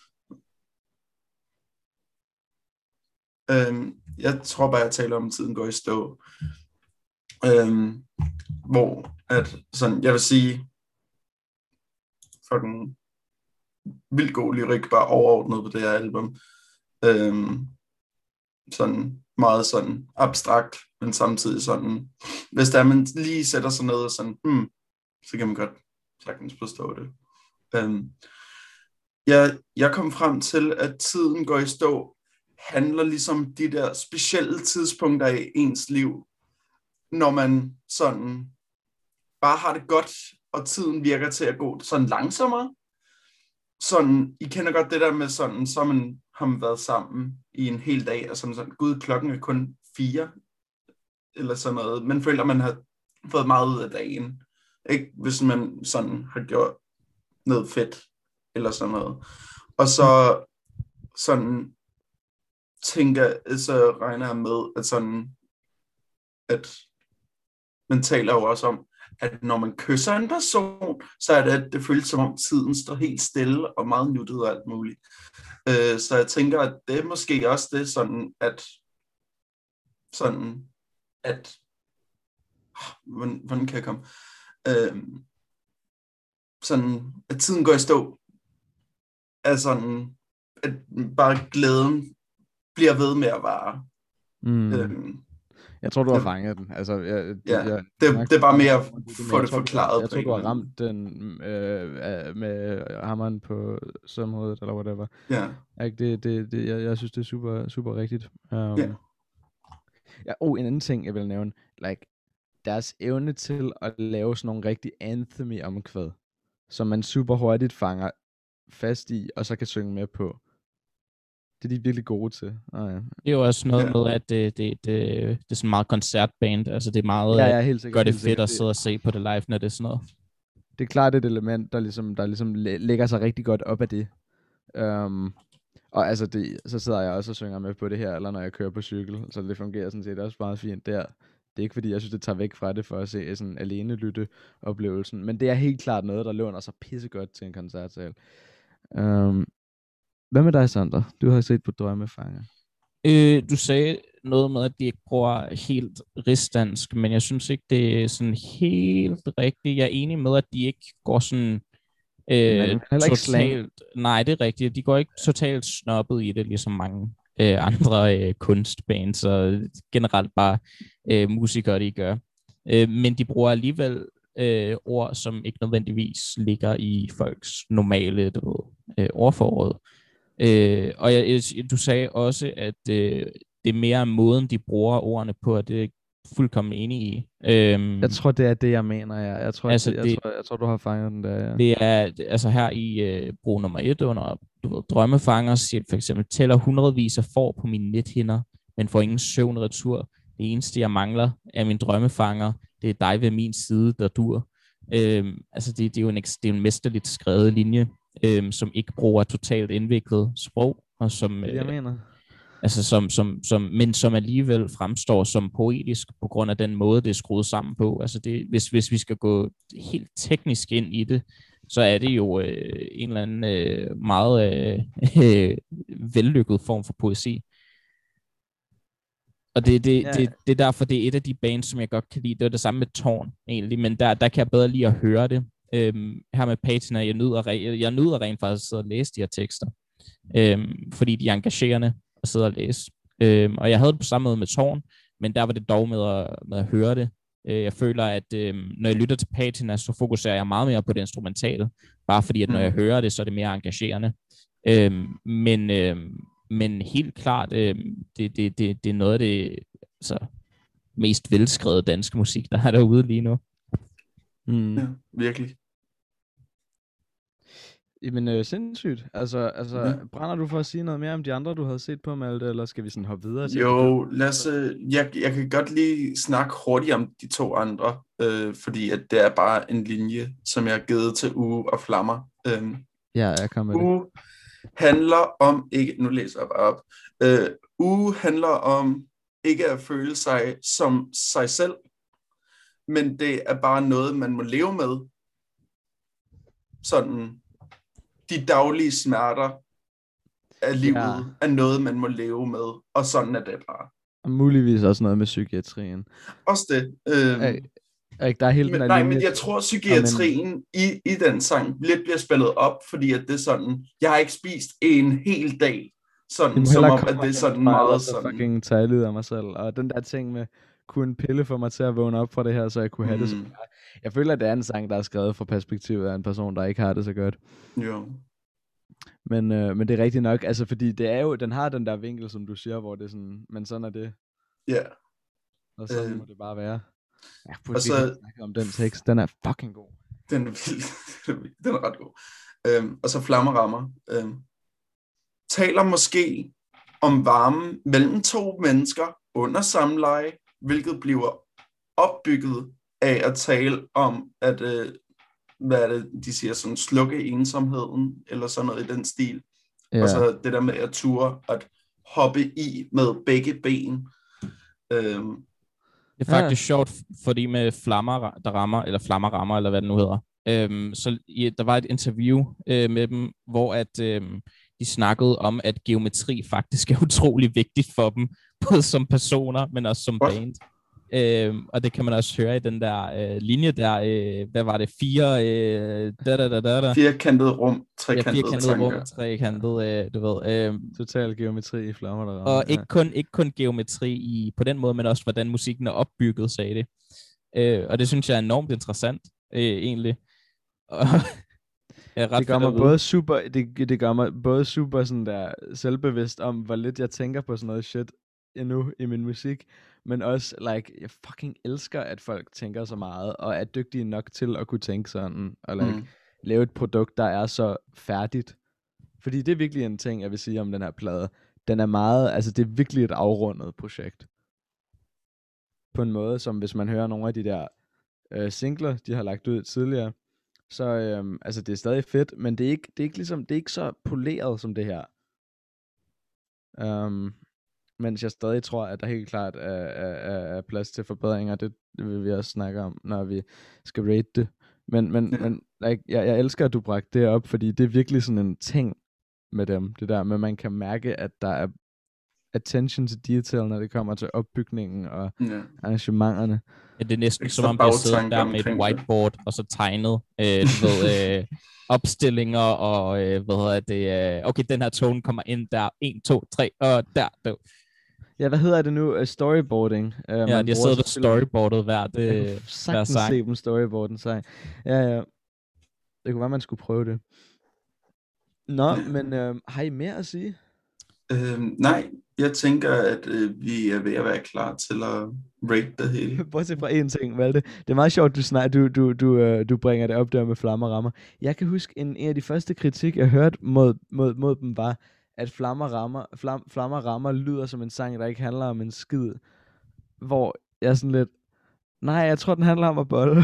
Uh, jeg tror bare, jeg taler om, at tiden går i stå. Øhm, hvor at sådan, jeg vil sige fucking vildt god lyrik bare overordnet på det her album. Øhm, sådan meget sådan abstrakt, men samtidig sådan, hvis der man lige sætter sig ned og sådan, hmm, så kan man godt sagtens forstå det. Øhm, jeg, jeg kom frem til, at tiden går i stå, handler ligesom de der specielle tidspunkter i ens liv, når man sådan bare har det godt, og tiden virker til at gå sådan langsommere. Sådan, I kender godt det der med sådan, så man har været sammen i en hel dag, og sådan, sådan gud, klokken er kun fire, eller sådan noget. Man føler, man har fået meget ud af dagen. Ikke? Hvis man sådan har gjort noget fedt, eller sådan noget. Og så sådan tænker, så regner jeg med, at sådan, at man taler jo også om, at når man kysser en person, så er det, at det føles som om tiden står helt stille og meget nuttet og alt muligt. Øh, så jeg tænker, at det er måske også det sådan, at sådan, at hvordan, hvordan kan jeg komme? Øh, sådan, at tiden går i stå. At sådan, at bare glæden bliver ved med at vare. Mm. Øh, Jeg tror, du har det, fanget den. Altså, jeg, ja, jeg, det, jeg, det er bare mere at få det tror, forklaret. Jeg tror, du har ramt den øh, med hammeren på sømhovedet, eller whatever. Ja. Ikke, det, det, det, jeg, jeg synes, det er super, super rigtigt. Um, ja. Ja, oh, en anden ting, jeg vil nævne. Like, deres evne til at lave sådan nogle rigtig anthemy omkvæd, som man super hurtigt fanger fast i, og så kan synge med på. Det er de virkelig gode til. Oh, ja. Det er jo også noget ja. med, at det, det, det, det er sådan meget koncertband. Altså det er meget, ja, ja, helt sikkert, gør det helt fedt sikkert. at sidde og se på det live, når det er sådan noget. Det er klart et element, der ligesom, der ligesom lægger sig rigtig godt op af det. Um, og altså, det, så sidder jeg også og synger med på det her, eller når jeg kører på cykel, så det fungerer sådan set også meget fint der. Det er ikke fordi, jeg synes, det tager væk fra det for at se sådan alene lytte oplevelsen, men det er helt klart noget, der låner sig pissegodt til en koncertsal. Um, Hvad med dig, Sander? Du har set på Drømmefanger. Øh, du sagde noget med, at de ikke bruger helt rigsdansk, men jeg synes ikke, det er sådan helt rigtigt. Jeg er enig med, at de ikke går sådan øh, totalt... Nej, det er rigtigt. De går ikke totalt snobbet i det, ligesom mange øh, andre øh, kunstbands og generelt bare øh, musikere, de gør. Øh, men de bruger alligevel øh, ord, som ikke nødvendigvis ligger i folks normale du ved, øh, ordforråd. Øh, og jeg, du sagde også, at øh, det er mere måden, de bruger ordene på, og det er fuldkommen enig i. Øhm, jeg tror, det er det, jeg mener, ja. Jeg tror, altså det, jeg, det, tror, jeg tror, du har fanget den der, ja. Det er, altså her i øh, brug nummer et under du ved, Drømmefanger, siger for eksempel, tæller hundredvis af får på mine nethinder, men får ingen søvn retur. Det eneste, jeg mangler, er min drømmefanger. Det er dig ved min side, der dur. Øhm, altså det, det er jo en, det er en mesterligt skrevet linje, øhm, som ikke bruger totalt indviklet sprog, og som, det, jeg mener. Øh, altså som, som, som, men som alligevel fremstår som poetisk på grund af den måde, det er skruet sammen på. Altså det, hvis, hvis vi skal gå helt teknisk ind i det, så er det jo øh, en eller anden øh, meget øh, vellykket form for poesi. Og det, det, ja. det, det er derfor, det er et af de bands, som jeg godt kan lide. Det er det samme med Tårn, egentlig, men der, der kan jeg bedre lide at høre det. Øhm, her med Patina, jeg nyder, jeg nyder rent faktisk at sidde og læse de her tekster, øhm, fordi de er engagerende at sidde og læse. Øhm, og jeg havde det på samme måde med Tårn, men der var det dog med at, med at høre det. Øh, jeg føler, at øhm, når jeg lytter til Patina, så fokuserer jeg meget mere på det instrumentale, bare fordi, at når jeg hører det, så er det mere engagerende. Øhm, men, øhm, men helt klart, øhm, det, det, det, det er noget af det altså, mest velskrevet danske musik, der er derude lige nu. Mm. Ja, virkelig. Jamen, øh, sindssygt. Altså, altså ja. Brænder du for at sige noget mere om de andre, du havde set på, Malte, eller skal vi sådan hoppe videre til? Jo, lad os, jeg, jeg kan godt lige snakke hurtigt om de to andre, øh, fordi at det er bare en linje, som jeg har givet til Uge og Flammer. Øh, ja, jeg kommer med Uge det. handler om, ikke, nu læser jeg bare op, øh, Uge handler om ikke at føle sig som sig selv, men det er bare noget, man må leve med. Sådan, de daglige smerter af livet ja. er noget, man må leve med, og sådan er det bare. Og muligvis også noget med psykiatrien. Også det. Øh, Æ, der er helt men, nej, men jeg tror, psykiatrien men... i, i den sang lidt bliver spillet op, fordi at det er sådan, jeg har ikke spist en hel dag, sådan, som om, at det er sådan meget sådan... fucking tage lyd af mig selv, og den der ting med, kunne en pille få mig til at vågne op fra det her, så jeg kunne have mm. det så godt. Jeg føler, at det er en sang, der er skrevet fra perspektivet af en person, der ikke har det så godt. Jo. Men, øh, men det er rigtigt nok, altså fordi det er jo, den har den der vinkel, som du siger, hvor det er sådan, men sådan er det. Ja. Og sådan Øh, må det bare være. Jeg burde og så- virkelig snakke om den tekst, den er fucking god. Den er vild. Den er ret god. Øhm, og så Flammer rammer. Øhm, taler måske om varmen mellem to mennesker under samleje, hvilket bliver opbygget af at tale om, at, øh, hvad er det, de siger, sådan slukke ensomheden, eller sådan noget i den stil. Ja, Og så det der med at ture, at hoppe i med begge ben. Øhm, Det er Ja. faktisk sjovt, fordi med flammer, der rammer, eller flammer rammer, eller hvad det nu hedder. Øhm, så i, der var et interview øh, med dem, hvor at øhm, de snakkede om, at geometri faktisk er utrolig vigtigt for dem, både som personer, men også som What? band. Øhm, og det kan man også høre i den der øh, linje der, øh, hvad var det, fire, øh, da, da, da, da, da. firkantet rum, Ja, trekantede firkantet tanker. rum, trekantet, øh, du ved. Øh, total geometri i flammer, der rammer. og ikke kun, ikke kun geometri i, på den måde, men også hvordan musikken er opbygget, sagde det. Øh, og det synes jeg er enormt interessant, øh, egentlig. Og, er ret Det gør fedt mig at vide. både super, det, det gør mig både super sådan der selvbevidst om, hvor lidt jeg tænker på sådan noget shit endnu i min musik, men også, like, jeg fucking elsker, at folk tænker så meget, og er dygtige nok til at kunne tænke sådan, og like, Mm. lave et produkt, der er så færdigt. Fordi det er virkelig en ting, jeg vil sige om den her plade. Den er meget, altså det er virkelig et afrundet projekt. På en måde, som hvis man hører nogle af de der øh, singler, de har lagt ud tidligere, så øhm, altså det er stadig fedt, men det er ikke, det er ikke ligesom, det er ikke så poleret som det her. Um, mens jeg stadig tror, at der helt klart er, er, er, er plads til forbedringer. Det, det vil vi også snakke om, når vi skal rate det. Men, men, Ja. men like, jeg, jeg elsker, at du bragte det op, fordi det er virkelig sådan en ting med dem. Det der med, at man kan mærke, at der er attention to detail, når det kommer til opbygningen og Ja. arrangementerne. Ja, det er næsten Ekstra som om, de har siddet bagtanker der med et omkring det. whiteboard, og så tegnet øh, du ved, øh, opstillinger, og øh, hvad hedder det, øh, okay, den her tone kommer ind der, en, to, tre, og der, der. Ja, hvad hedder det nu? Uh, storyboarding. Uh, Ja, de har siddet og storyboardet hvert, Jeg øh, kunne sagtens sang. se dem storyboarden sang. Ja, ja. Det kunne være, man skulle prøve det. Nå, Ja. men øh, har I mere at sige? Øhm, nej, jeg tænker, at øh, vi er ved at være klar til at rate det hele. Bortset fra én ting, Malte. Det er meget sjovt, du, snak, du, du, du, øh, du bringer det op der med flammer rammer. Jeg kan huske, en, en af de første kritik, jeg hørte mod, mod, mod dem, var, at flammer rammer, flam, flammer rammer lyder som en sang, der ikke handler om en skid. Hvor jeg er sådan lidt, nej, jeg tror, den handler om at bolle.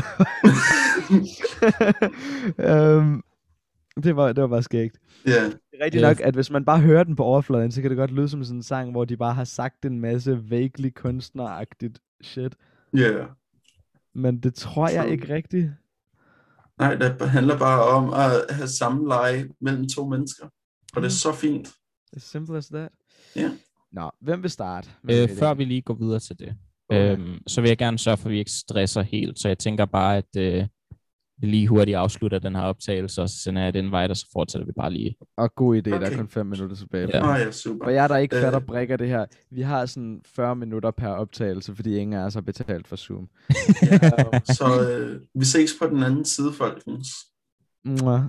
um, det, var, det var bare skægt. Ja, Det er rigtigt Ja. nok, at hvis man bare hører den på overfladen, så kan det godt lyde som sådan en sang, hvor de bare har sagt en masse vaguely kunstneragtigt shit. ja. Men det tror jeg True. ikke rigtigt. Nej, det handler bare om at have samleje mellem to mennesker. Og det er så fint. As simple as that. Ja. Nå, hvem vil starte? med Øh, rating? før vi lige går videre til det, Okay. øhm, så vil jeg gerne sørge for, at vi ikke stresser helt. Så jeg tænker bare, at øh, vi lige hurtigt afslutter den her optagelse, og så sender jeg et invite, og så fortsætter vi bare lige. Og god idé, der er Okay. kun fem minutter tilbage. Ja. Nå ja, super. For jer, der ikke fatter Øh. brækker det her, vi har sådan fyrre minutter per optagelse, fordi ingen af os har betalt for Zoom. Ja, så øh, vi ses på den anden side, folkens. Mwah.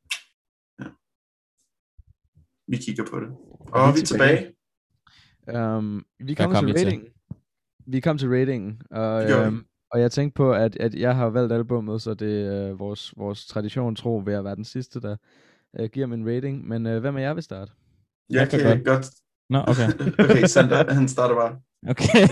Vi kigger på det. Og Og vi vi er er tilbage. Um, vi Hvad kommer kom til vi til? ratingen. Vi kom til ratingen, og, Det gjorde vi. øhm, og jeg tænkte på, at, at jeg har valgt albummet, så det er øh, vores, vores tradition tro ved at være den sidste, der øh, giver min rating. Men øh, hvem er jeg vil starte? Jeg Jeg kan kan godt. godt. Nå, okay. Okay, Sander, han starter bare. Okay.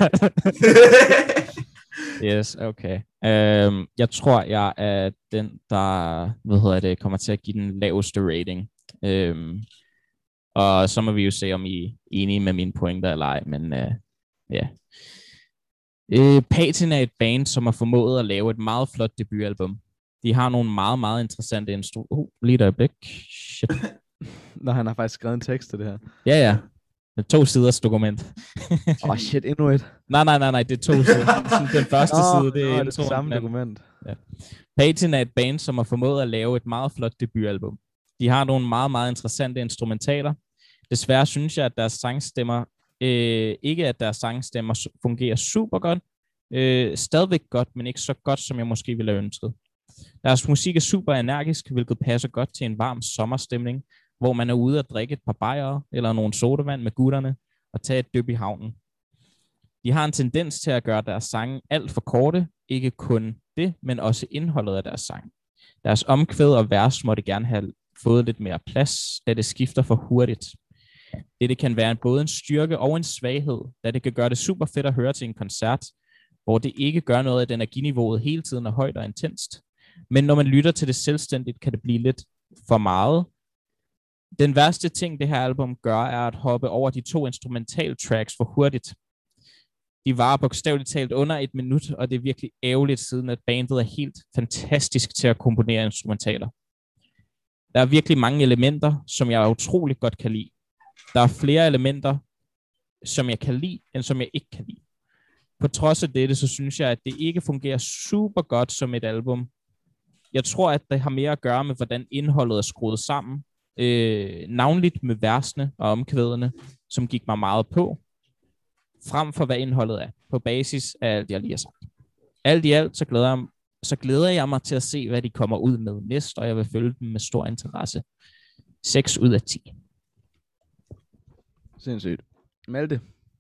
Yes, okay. Um, jeg tror, jeg er den, der hvad hedder det, kommer til at give den laveste rating. Um, og så må vi jo se, om I er enige med mine pointer eller ej, men uh, ja. Uh, Patin er et band, som har formået at lave et meget flot debutalbum. De har nogle meget, meget interessante instrumenter. Oh, lige et øjeblik. Shit. Når han har faktisk skrevet en tekst til det her. Ja, ja. Det er to siders dokument. Åh oh, shit, endnu et. nej, nej, nej, nej, det er to sider. Sådan, den første Nå, side, det nå, er er det introen, samme den anden. dokument. Patin er et band, som har formået at lave et meget flot debutalbum. De har nogle meget, meget interessante instrumentaler. Desværre synes jeg, at deres sangstemmer, øh, ikke at deres sangstemmer su- fungerer super godt. Øh, stadigvæk godt, men ikke så godt, som jeg måske ville have ønsket. Deres musik er super energisk, hvilket passer godt til en varm sommerstemning, hvor man er ude at drikke et par bajere eller nogle sodavand med gutterne og tage et dyb i havnen. De har en tendens til at gøre deres sange alt for korte, ikke kun det, men også indholdet af deres sang. Deres omkvæd og vers måtte gerne have fået lidt mere plads, da det skifter for hurtigt. Dette kan være både en styrke og en svaghed, da det kan gøre det super fedt at høre til en koncert, hvor det ikke gør noget, at energiniveauet hele tiden er højt og intenst. Men når man lytter til det selvstændigt, kan det blive lidt for meget. Den værste ting, det her album gør, er at hoppe over de to instrumental tracks for hurtigt. De varer bogstaveligt talt under et minut, og det er virkelig ærgerligt, siden at bandet er helt fantastisk til at komponere instrumentaler. Der er virkelig mange elementer, som jeg utroligt godt kan lide. Der er flere elementer, som jeg kan lide, end som jeg ikke kan lide. På trods af dette, så synes jeg, at det ikke fungerer super godt som et album. Jeg tror, at det har mere at gøre med, hvordan indholdet er skruet sammen. Øh, navnligt med versene og omkvædene, som gik mig meget på, frem for hvad indholdet er, på basis af alt, jeg lige har sagt. Alt i alt, så glæder, jeg, så glæder jeg mig til at se, hvad de kommer ud med næst, og jeg vil følge dem med stor interesse. seks ud af ti. Sindssygt. Malte.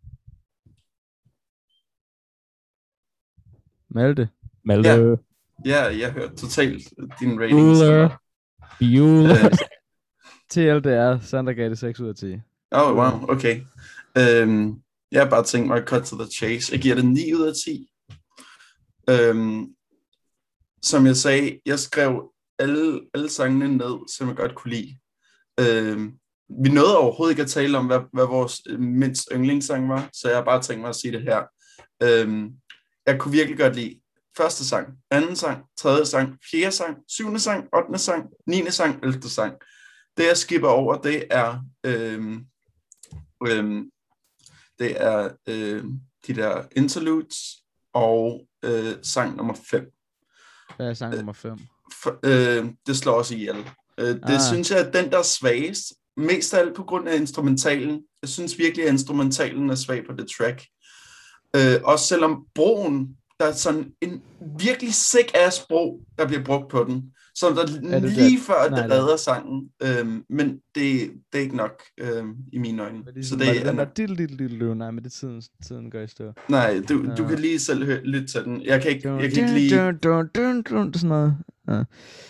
Malte. Malte. Ja, ja, jeg hørte totalt din ratings. Bueller. Bueller. T L D R, Sander gav det seks ud af ti. Oh, wow, okay. Um, jeg har bare tænkt mig at cut to the chase. Jeg giver det ni ud af ti. Um, som jeg sagde, jeg skrev alle, alle sangene ned, som jeg godt kunne lide. Um, vi nåede overhovedet ikke at tale om, hvad, hvad vores mindst yndlingssang var, så jeg har bare tænkt mig at sige det her. Um, jeg kunne virkelig godt lide første sang, anden sang, tredje sang, fjerde sang, syvende sang, ottende sang, niende sang, ellevte sang. Det jeg skipper over, det er øhm, øhm, det er øhm, de der interludes og øh, sang nummer fem. Hvad er sang nummer fem? For, øh, det slår os ihjel. Øh, det ah. synes jeg er den, der er svagest. Mest af alt på grund af instrumentalen. Jeg synes virkelig, at instrumentalen er svag på det track. Øh, også selvom broen, der er sådan en virkelig sick ass bro, der bliver brugt på den. Så der det lige det? før, Nej, det redder sangen. Øhm, men det, det er ikke nok øhm, i mine øjne. Det så det det er... Der, nej, men det tiden, tiden går i stå. Nej, du, ja. du kan lige selv høre lidt til den. Jeg kan ikke, jeg kan ikke lige... Dun, dun, dun, dun, sådan noget. Ja.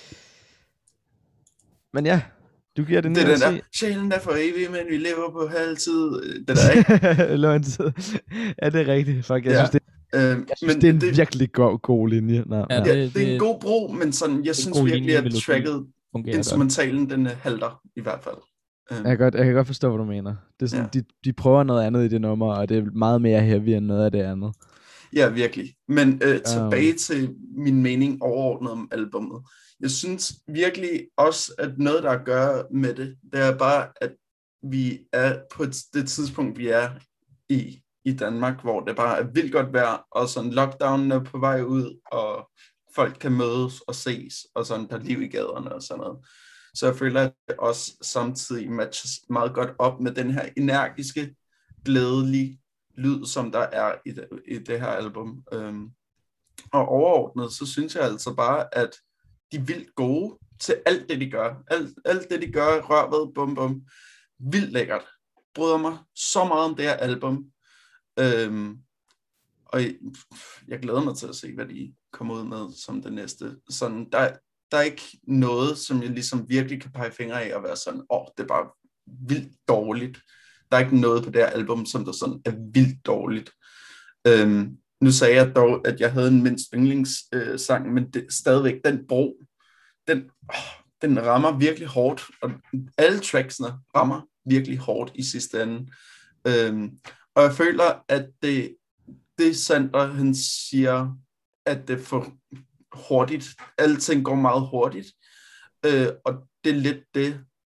Men ja, du giver det det ned er den der, sjælen er for evig, men vi lever på halvtid. Det der, ikke? Løgntid. Ja, det er rigtigt. Fuck, jeg ja. synes, det Øh, jeg synes, men det er en det, virkelig god, god linje. Nej, ja, ja, det, det er en god bro, men sådan, jeg synes virkelig, at tracket, instrumentalen, den halter i hvert fald. Um, jeg, kan godt, jeg kan godt forstå, hvad du mener. Det er sådan, ja. de, de prøver noget andet i det nummer, og det er meget mere heavy end noget af det andet. Ja, virkelig. Men øh, tilbage um. til min mening overordnet om albummet. Jeg synes virkelig også, at noget, der er at gøre med det, det er bare, at vi er på det tidspunkt, vi er i, i Danmark, hvor det bare er vildt godt vejr, og sådan lockdownen er på vej ud, og folk kan mødes og ses, og sådan der er liv i gaderne og sådan noget. Så jeg føler, at det også samtidig matches meget godt op med den her energiske, glædelige lyd, som der er i det, i det her album. Øhm, og overordnet, så synes jeg altså bare, at de er vildt gode til alt det, de gør. Alt, alt det, de gør, rør ved, bum bum. Vildt lækkert. Bryder mig så meget om det her album. Øhm, og jeg, jeg glæder mig til at se, hvad de kommer ud med som det næste. Sådan, der, der er ikke noget, som jeg ligesom virkelig kan pege fingre af og være sådan, åh, oh, det er bare vildt dårligt. Der er ikke noget på det her album, som der sådan er vildt dårligt. Øhm, nu sagde jeg dog, at jeg havde en mindst yndlingssang, øh, men det, stadigvæk, den bro, den, åh, den rammer virkelig hårdt, og alle tracksene rammer virkelig hårdt i sidste ende. Øhm, og jeg føler, at det, det Sander, han siger, at det er for hurtigt. Alting går meget hurtigt. Øh, og det er lidt det,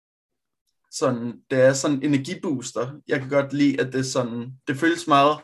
sådan, det er sådan en energibooster. Jeg kan godt lide, at det er sådan, det føles meget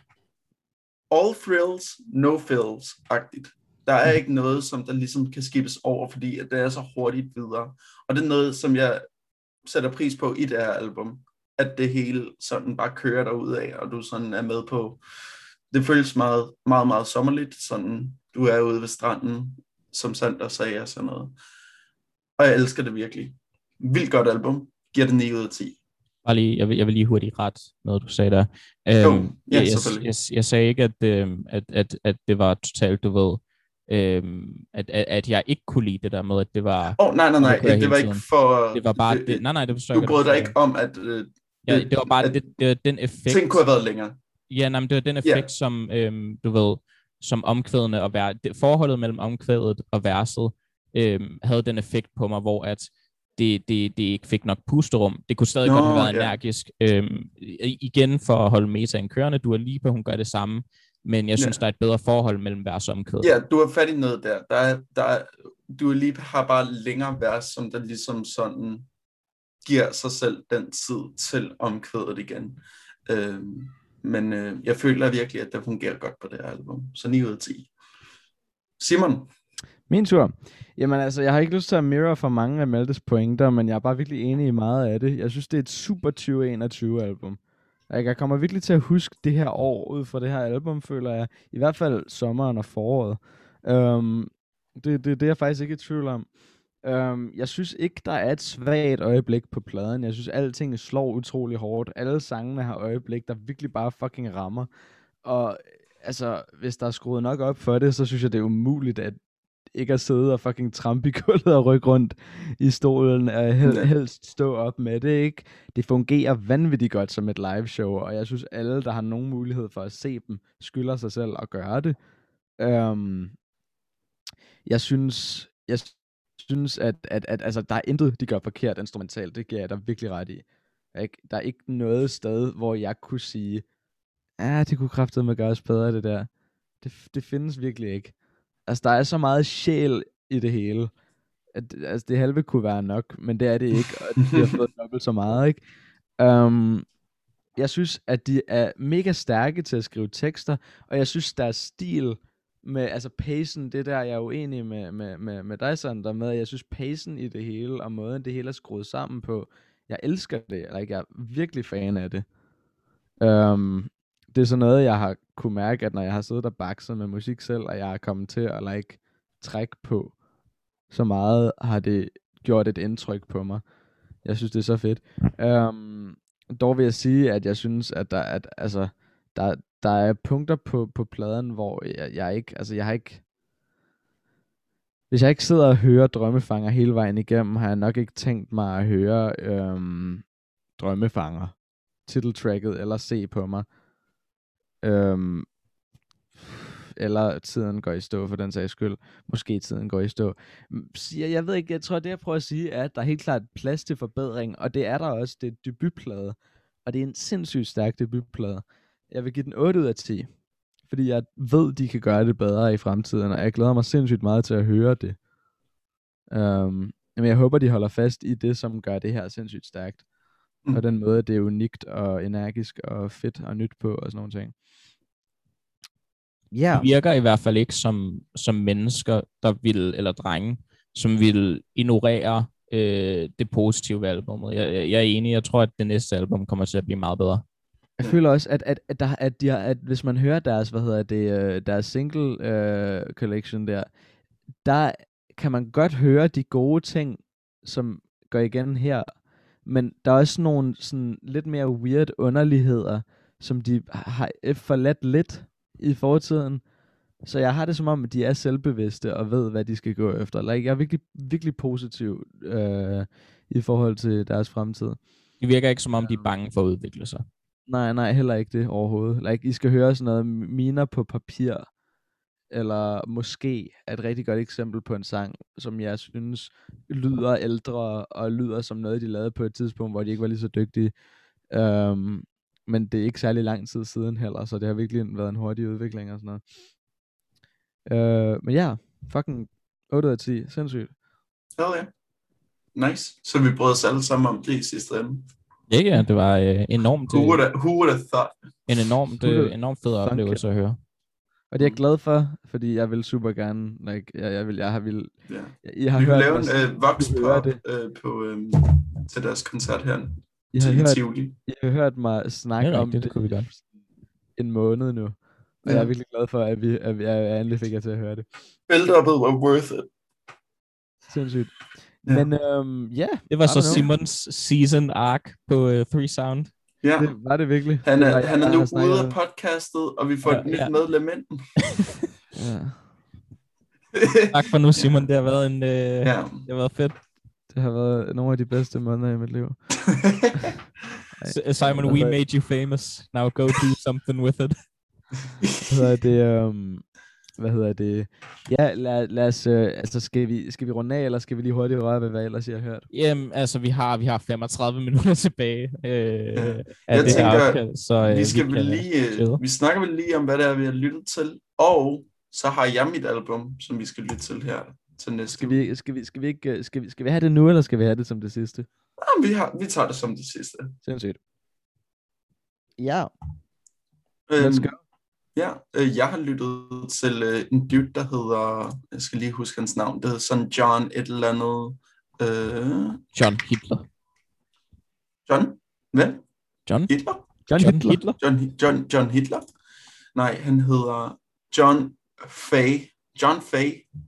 all thrills, no fills-agtigt. Der er ikke noget, som der ligesom kan skibes over, fordi at det er så hurtigt videre. Og det er noget, som jeg sætter pris på i det her album. At det hele sådan bare kører derud af, og du sådan er med på. Det føles meget, meget, meget sommerligt. Sådan, du er ude ved stranden, som Sander sagde og sådan noget. Og jeg elsker det virkelig. Vildt godt album. giver det ni ud af ti. Bare lige, jeg, vil, jeg vil lige hurtigt ret noget, du sagde der. Jo, Øhm, ja, jeg, selvfølgelig. jeg, jeg, jeg sagde ikke, at, øhm, at, at, at det var totalt, du ved, øhm, at, at, at jeg ikke kunne lide det der med, at det var... Åh, oh, nej, nej, nej, det det var ikke for... Det var bare... Øh, Det, nej, nej, det forstår du jeg brød godt. dig ikke om, at... Øh, ja, det var bare at det, det var den effekt... ting kunne have været længere. Ja, nej, men det var den effekt, yeah. som, øhm, du ved, som omkvædene og vers... Det, forholdet mellem omkvædet og verset øhm, havde den effekt på mig, hvor at det, det, det ikke fik nok pusterum. Det kunne stadig Nå, godt have været yeah. energisk. Øhm, igen, for at holde metaen kørende, Dua Lipa, hun gør det samme, men jeg synes, yeah. der er et bedre forhold mellem vers og omkvædet. Ja, du har fat i noget der. Der er, der er, Dua Lipa har bare længere vers, som der ligesom sådan giver sig selv den tid til omkvædet igen. Øhm, men øh, jeg føler virkelig, at det fungerer godt på det her album. Så ni ud af ti. Simon? Min tur. Jamen altså, jeg har ikke lyst til at mirror for mange af Maltes pointer, men jeg er bare virkelig enig i meget af det. Jeg synes, det er et super tyve enogtyve album. Jeg kommer virkelig til at huske det her år ud fra det her album, føler jeg. I hvert fald sommeren og foråret. Um, det, det, det er jeg faktisk ikke i tvivl om. Um, jeg synes ikke, der er et svagt øjeblik på pladen. Jeg synes, alting slår utrolig hårdt. Alle sangene har øjeblik, der virkelig bare fucking rammer. Og altså, hvis der er skruet nok op for det, så synes jeg, det er umuligt at ikke at sidde og fucking trampe i gulvet og rykke rundt i stolen, og hel- helst stå op med det, ikke? Det fungerer vanvittigt godt som et live show, og jeg synes, alle, der har nogen mulighed for at se dem, skylder sig selv at gøre det. Um, jeg synes, jeg synes at, at, at altså, der er intet, de gør forkert instrumentalt, det giver jeg dig virkelig ret i. Ikke? Der er ikke noget sted, hvor jeg kunne sige, ah, det kunne kraftedeme gøres bedre, det der. Det, det findes virkelig ikke. Altså, der er så meget sjæl i det hele. At, altså, det halve kunne være nok, men det er det ikke, og de har fået dobbelt så meget, ikke? Um, jeg synes, at de er mega stærke til at skrive tekster, og jeg synes, deres stil med, altså pacen, det der, jeg er uenig med, med, med, med dig, Sander, med, jeg synes, pacen i det hele, og måden det hele er skruet sammen på, jeg elsker det, eller jeg er virkelig fan af det. Um, det er sådan noget, jeg har kunne mærke, at når jeg har siddet og bakset med musik selv, og jeg er kommet til at like, trække på, så meget har det gjort et indtryk på mig. Jeg synes, det er så fedt. Um, dog vil jeg sige, at jeg synes, at der, at, altså, der, der er punkter på, på pladen, hvor jeg, jeg ikke, altså jeg har ikke, hvis jeg ikke sidder og hører Drømmefanger hele vejen igennem, har jeg nok ikke tænkt mig at høre øhm, Drømmefanger, titeltracket, eller Se på mig. Øhm, eller Tiden går i stå, for den sags skyld. Måske Tiden går i stå. Jeg, jeg ved ikke, jeg tror, det jeg prøver at sige, er, at der er helt klart plads til forbedring, og det er der også, det er debutplade. Og det er en sindssygt stærk debutplade. Jeg vil give den otte ud af ti. Fordi jeg ved, de kan gøre det bedre i fremtiden, og jeg glæder mig sindssygt meget til at høre det. Um, men jeg håber, de holder fast i det, som gør det her sindssygt stærkt. Mm. Og den måde, det er unikt og energisk og fedt og nyt på og sådan nogle ting. Yeah. De virker i hvert fald ikke som, som mennesker, der vil, eller drenge, som vil ignorere øh, det positive ved albumet. Jeg, jeg, jeg er enig, jeg tror, at det næste album kommer til at blive meget bedre. Jeg føler også, at, at, at, der, at, de har, at hvis man hører deres, hvad hedder det, uh, deres single uh, collection der, der kan man godt høre de gode ting, som går igen her, men der er også nogle sådan lidt mere weird underligheder, som de har forladt lidt i fortiden. Så jeg har det som om, at de er selvbevidste og ved, hvad de skal gå efter. Like, jeg er virkelig, virkelig positiv uh, i forhold til deres fremtid. Det virker ikke som om, de er bange for at udvikle sig. Nej, nej, heller ikke det overhovedet. Like, I skal høre sådan noget Miner på papir, eller Måske er et rigtig godt eksempel på en sang, som jeg synes lyder ældre, og lyder som noget, de lavede på et tidspunkt, hvor de ikke var lige så dygtige. Um, men det er ikke særlig lang tid siden heller, så det har virkelig været en hurtig udvikling og sådan noget. Uh, men ja, fucking otte ud af ti, sindssygt. Ja, ja. Nice. Så vi brød os alle sammen om det i sidste ende. Ja, ja, det var øh, enormt... Who would have, who would have thought? En enormt, øh, enormt fed oplevelse at høre. Og det er jeg glad for, fordi jeg vil super gerne, like, jeg, jeg vil, jeg har vil, yeah. jeg, jeg har vi hørt... Vi vil lave en øh, vox-pop øh, på, øh, til deres koncert her. I har, hørt, I har hørt mig snakke ja, om det, det, det, det en måned nu. Og ja. Jeg er virkelig glad for, at, vi, at jeg endelig fik jer til at høre det. Build-up'et var worth it. Sindssygt. Ja. Men øhm, ja, Det var I så don't know. Simons season arc på uh, Three Sound. Ja. Det var det virkelig. Han Det er, var, han jeg er nu har snakket ude af om. podcastet, og vi får Ja, et nyt ja. medlem ind. Ja, Tak for nu, Simon. Det har været en, øh, Ja. det har været fedt. det har været nogle af de bedste måneder i mit liv. Ej, S- Simon, hvad we hedder- made you famous. Now go do something with it. Hvad hedder det? Um, hvad hedder det? Ja, lad, lad os, øh, altså skal vi, skal vi runde af, eller skal vi lige hurtigt røre ved, hvad ellers jeg har hørt? Jamen, altså, vi har, vi har femogtredive minutter tilbage øh, Ja. af Jeg det tænker, her opkald, så øh, vi skal vi vel kan lige, chille. vi snakker vel lige om, hvad det er, vi har lyttet til, og så har jeg mit album, som vi skal lytte til her til næste Skal uge. vi, skal vi, skal vi, ikke, øh, skal vi, skal vi have det nu, eller skal vi have det som det sidste? Jamen, vi, har, vi tager det som det sidste. Sindssygt. Ja, Øhm, let's go. Ja, øh, jeg har lyttet til øh, en dude, der hedder, jeg skal lige huske hans navn, det hedder sådan John et eller andet. Øh, John Hitler. John? Hvem? John? Hitler? John, John Hitler. Hitler? John, John, John Hitler? Nej, han hedder John Fay. John Fay.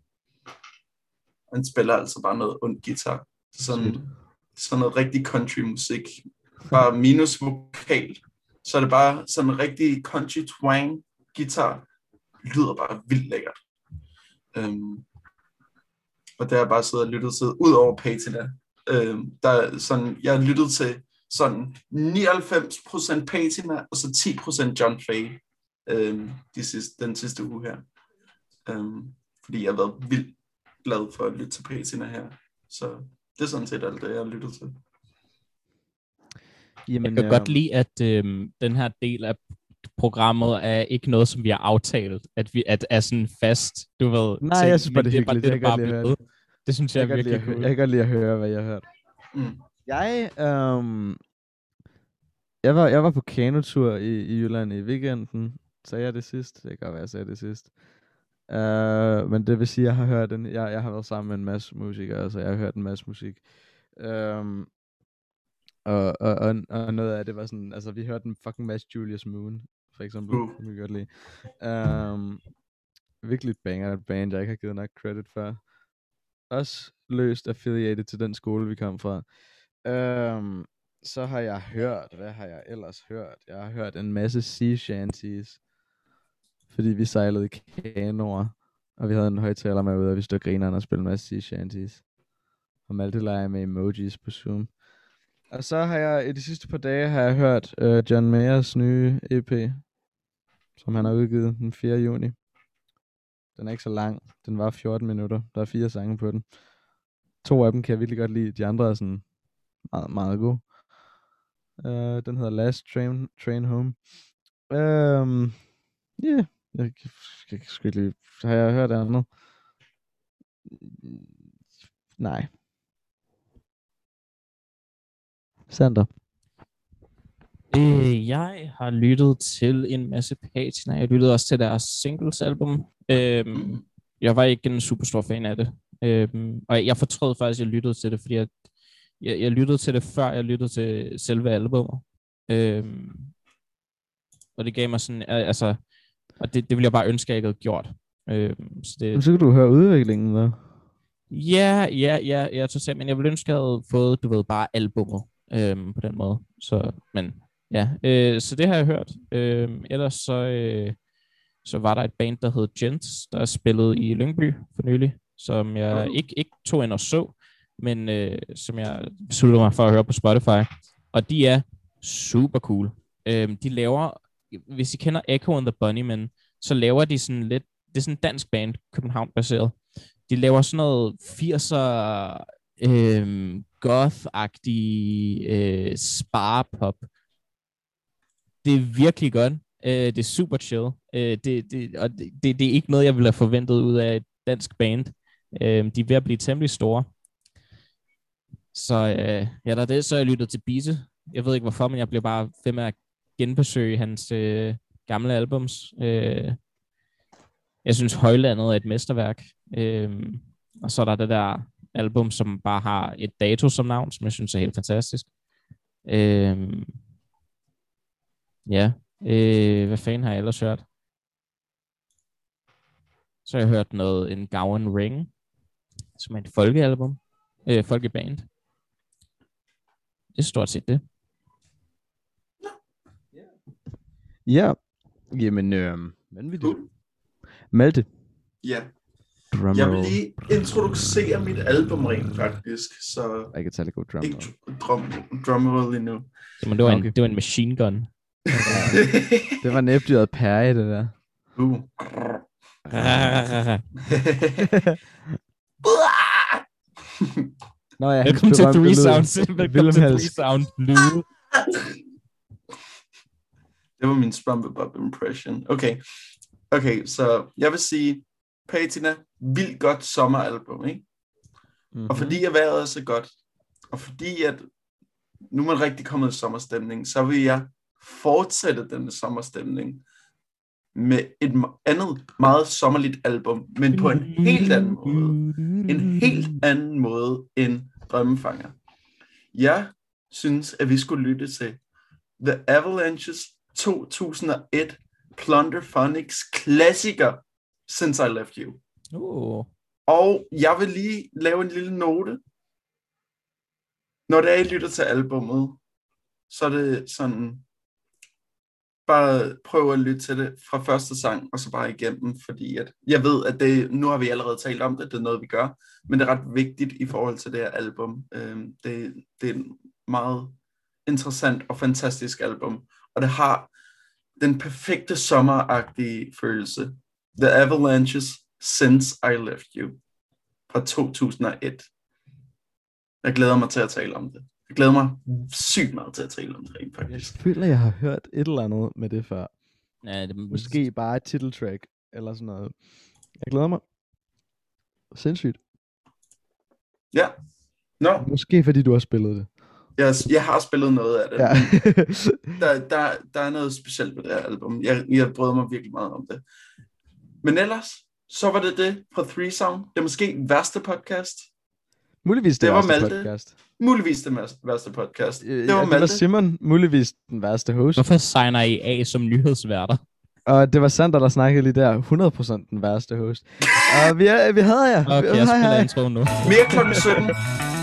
Han spiller altså bare noget ond guitar. Sådan, sådan noget rigtig country musik. Bare minus vokal. Så er det bare sådan en rigtig country twang guitar. Lyder bare vildt lækkert. Um, og der har jeg bare siddet og lyttet til, ud over Patina. Um, der er sådan, jeg har lyttet til sådan nioghalvfems procent Patina, og så ti procent John Fay um, de sidste, den sidste uge her. Um, fordi jeg har været vildt glad for at lytte til Patina her. Så det er sådan set alt det, jeg har lyttet til. Jamen, Jeg kan øh, godt lide, at øhm, den her del af programmet er ikke noget, som vi har aftalt, at vi at er sådan fast, du ved. Nej, ting, jeg synes bare, men det er bare hyggeligt. det, der Jeg kan bare godt lide at er høre blevet. Det synes jeg, jeg, er kan godt lide virkelig at, hø- cool. jeg kan godt lide at høre, hvad jeg har hørt. Mm. Jeg, øhm, jeg, var, jeg var på kanotur i, i Jylland i weekenden. Sagde jeg det sidst? Det kan godt være, jeg sagde det sidst. Uh, men det vil sige, at jeg har hørt en, jeg, jeg har været sammen med en masse musikere, altså jeg har hørt en masse musik. Um, og, og, og, og noget af det var sådan, altså vi hørte en fucking masse Julius Moon, for eksempel. Uh. Det kan jeg godt lide. Um, virkelig et banger, et band, jeg ikke har givet nok credit for. Også løst affiliated til den skole, vi kom fra. Um, så har jeg hørt, hvad har jeg ellers hørt? Jeg har hørt en masse sea shanties, fordi vi sejlede i kanoer, og vi havde en højtaler med ude, og vi stod grinerne og spillede en masse sea shanties. Og Malte leger med emojis på Zoom. Og så har jeg, i de sidste par dage, har jeg hørt uh, John Mayers nye E P, som han har udgivet den fjerde juni. Den er ikke så lang. Den var fjorten minutter. Der er fire sange på den. To af dem kan jeg virkelig godt lide. De andre er sådan meget, meget gode. Uh, den hedder Last Train, Train Home. Um, yeah. Jeg kan jeg kan sgu ikke lide. Har jeg hørt andet? Nej. Sander. Øh, jeg har lyttet til en masse Patina. Jeg lyttede også til deres singles album. Øhm, jeg var ikke en super stor fan af det. Øhm, og jeg fortrød faktisk, at jeg lyttede til det, fordi jeg, jeg, jeg lyttede til det, før jeg lyttede til selve albumet. Øhm, og det gav mig sådan, altså, og det, det ville jeg bare ønske, at jeg ikke havde gjort. Øhm, så det, Så kan du høre udviklingen der. Ja, ja, ja, jeg tror selv, men jeg ville ønske, at jeg havde fået, du ved, bare albummet øhm, på den måde. Så, men ja, øh, så det har jeg hørt. Øhm, ellers så, øh, så var der et band, der hed Gents, der spillede i Lyngby for nylig, som jeg ikke, ikke tog ind og så, men øh, som jeg besluttede mig for at høre på Spotify. Og de er super cool. Øhm, de laver, hvis I kender Echo and the Bunnymen, så laver de sådan lidt, det er sådan en dansk band, København-baseret. De laver sådan noget firser øh, goth-agtig øh, sparepop. Det er virkelig godt. Øh, det er super chill. Øh, det, det, og det, det, det er ikke noget, jeg ville have forventet ud af et dansk band. Øh, de er ved at blive temmelig store. Så øh, ja, der er det. Så er jeg lyttet til Bise. Jeg ved ikke hvorfor, men jeg bliver bare ved med at genbesøge hans øh, gamle albums. Øh, Jeg synes, Højlandet er et mesterværk. Øhm, og så er der det der album, som bare har et dato som navn, som jeg synes er helt fantastisk. Øhm, ja. Øh, hvad fanden har jeg ellers hørt? Så har jeg hørt noget, en Gowan Ring, som er et folkealbum. Øh, folk i band. Det er stort set det. Ja. Jamen, øh, vanvittigt. Cool. Malte. Ja. Drumroll. Jeg vil lige introducere mit album rent faktisk, så Jeg kan tage lidt god drumroll. ikke drum, drumroll endnu. Jamen, det var, Okay. en, det var en machine gun. Det var næbdyret Perry, det der. uh. Nå ja, Velkommen hans til berømte Three lyd. Sounds. Velkommen Willem til Hals. Three Sound lyde. Det var min SpongeBob impression. Okay. Okay, så jeg vil sige, Patina, vildt godt sommeralbum, ikke? Mm-hmm. Og fordi at vejret er så godt, og fordi at nu er man rigtig kommet i sommerstemning, så vil jeg fortsætte denne sommerstemning med et andet meget sommerligt album, men på en helt anden måde. En helt anden måde end Drømmefanger. Jeg synes, at vi skulle lytte til The Avalanches to tusind og et Plunderphonics klassiker Since I Left You. Uh. Og jeg vil lige lave en lille note. Når det er, I lytter til albummet, så er det sådan, bare prøv at lytte til det fra første sang, og så bare igennem, fordi at jeg ved, at det, nu har vi allerede talt om det, det er noget, vi gør, men det er ret vigtigt i forhold til det her album. Det, det er et meget interessant og fantastisk album, og det har den perfekte sommeragtige følelse. The Avalanches Since I Left You fra to tusind og et. Jeg glæder mig til at tale om det. Jeg glæder mig sygt meget til at tale om det rent Jeg faktisk. føler, jeg har hørt et eller andet med det før. Ja, det, Måske bare et titeltrack, eller sådan noget. Jeg glæder mig. Sindssygt. Ja. Nå, Måske fordi du har spillet det. jeg, jeg har spillet noget af det. Ja. Men der, der, der er noget specielt ved det her album. Jeg, jeg bryder mig virkelig meget om det. Men ellers, så var det det på Three Sound. Det er måske værste podcast. Muligvis det, Det var værste Malte. podcast. Muligvis det værste- værste podcast. Øh, Det ja, var det var Malte. Simon, muligvis den værste host. Hvorfor signer I af som nyhedsværter? Og det var Sander, der snakkede lige der. hundrede procent den værste host. Og vi, er, vi havde jer. Okay, jeg Hej, spiller hej. intro nu. Mere klokken sytten.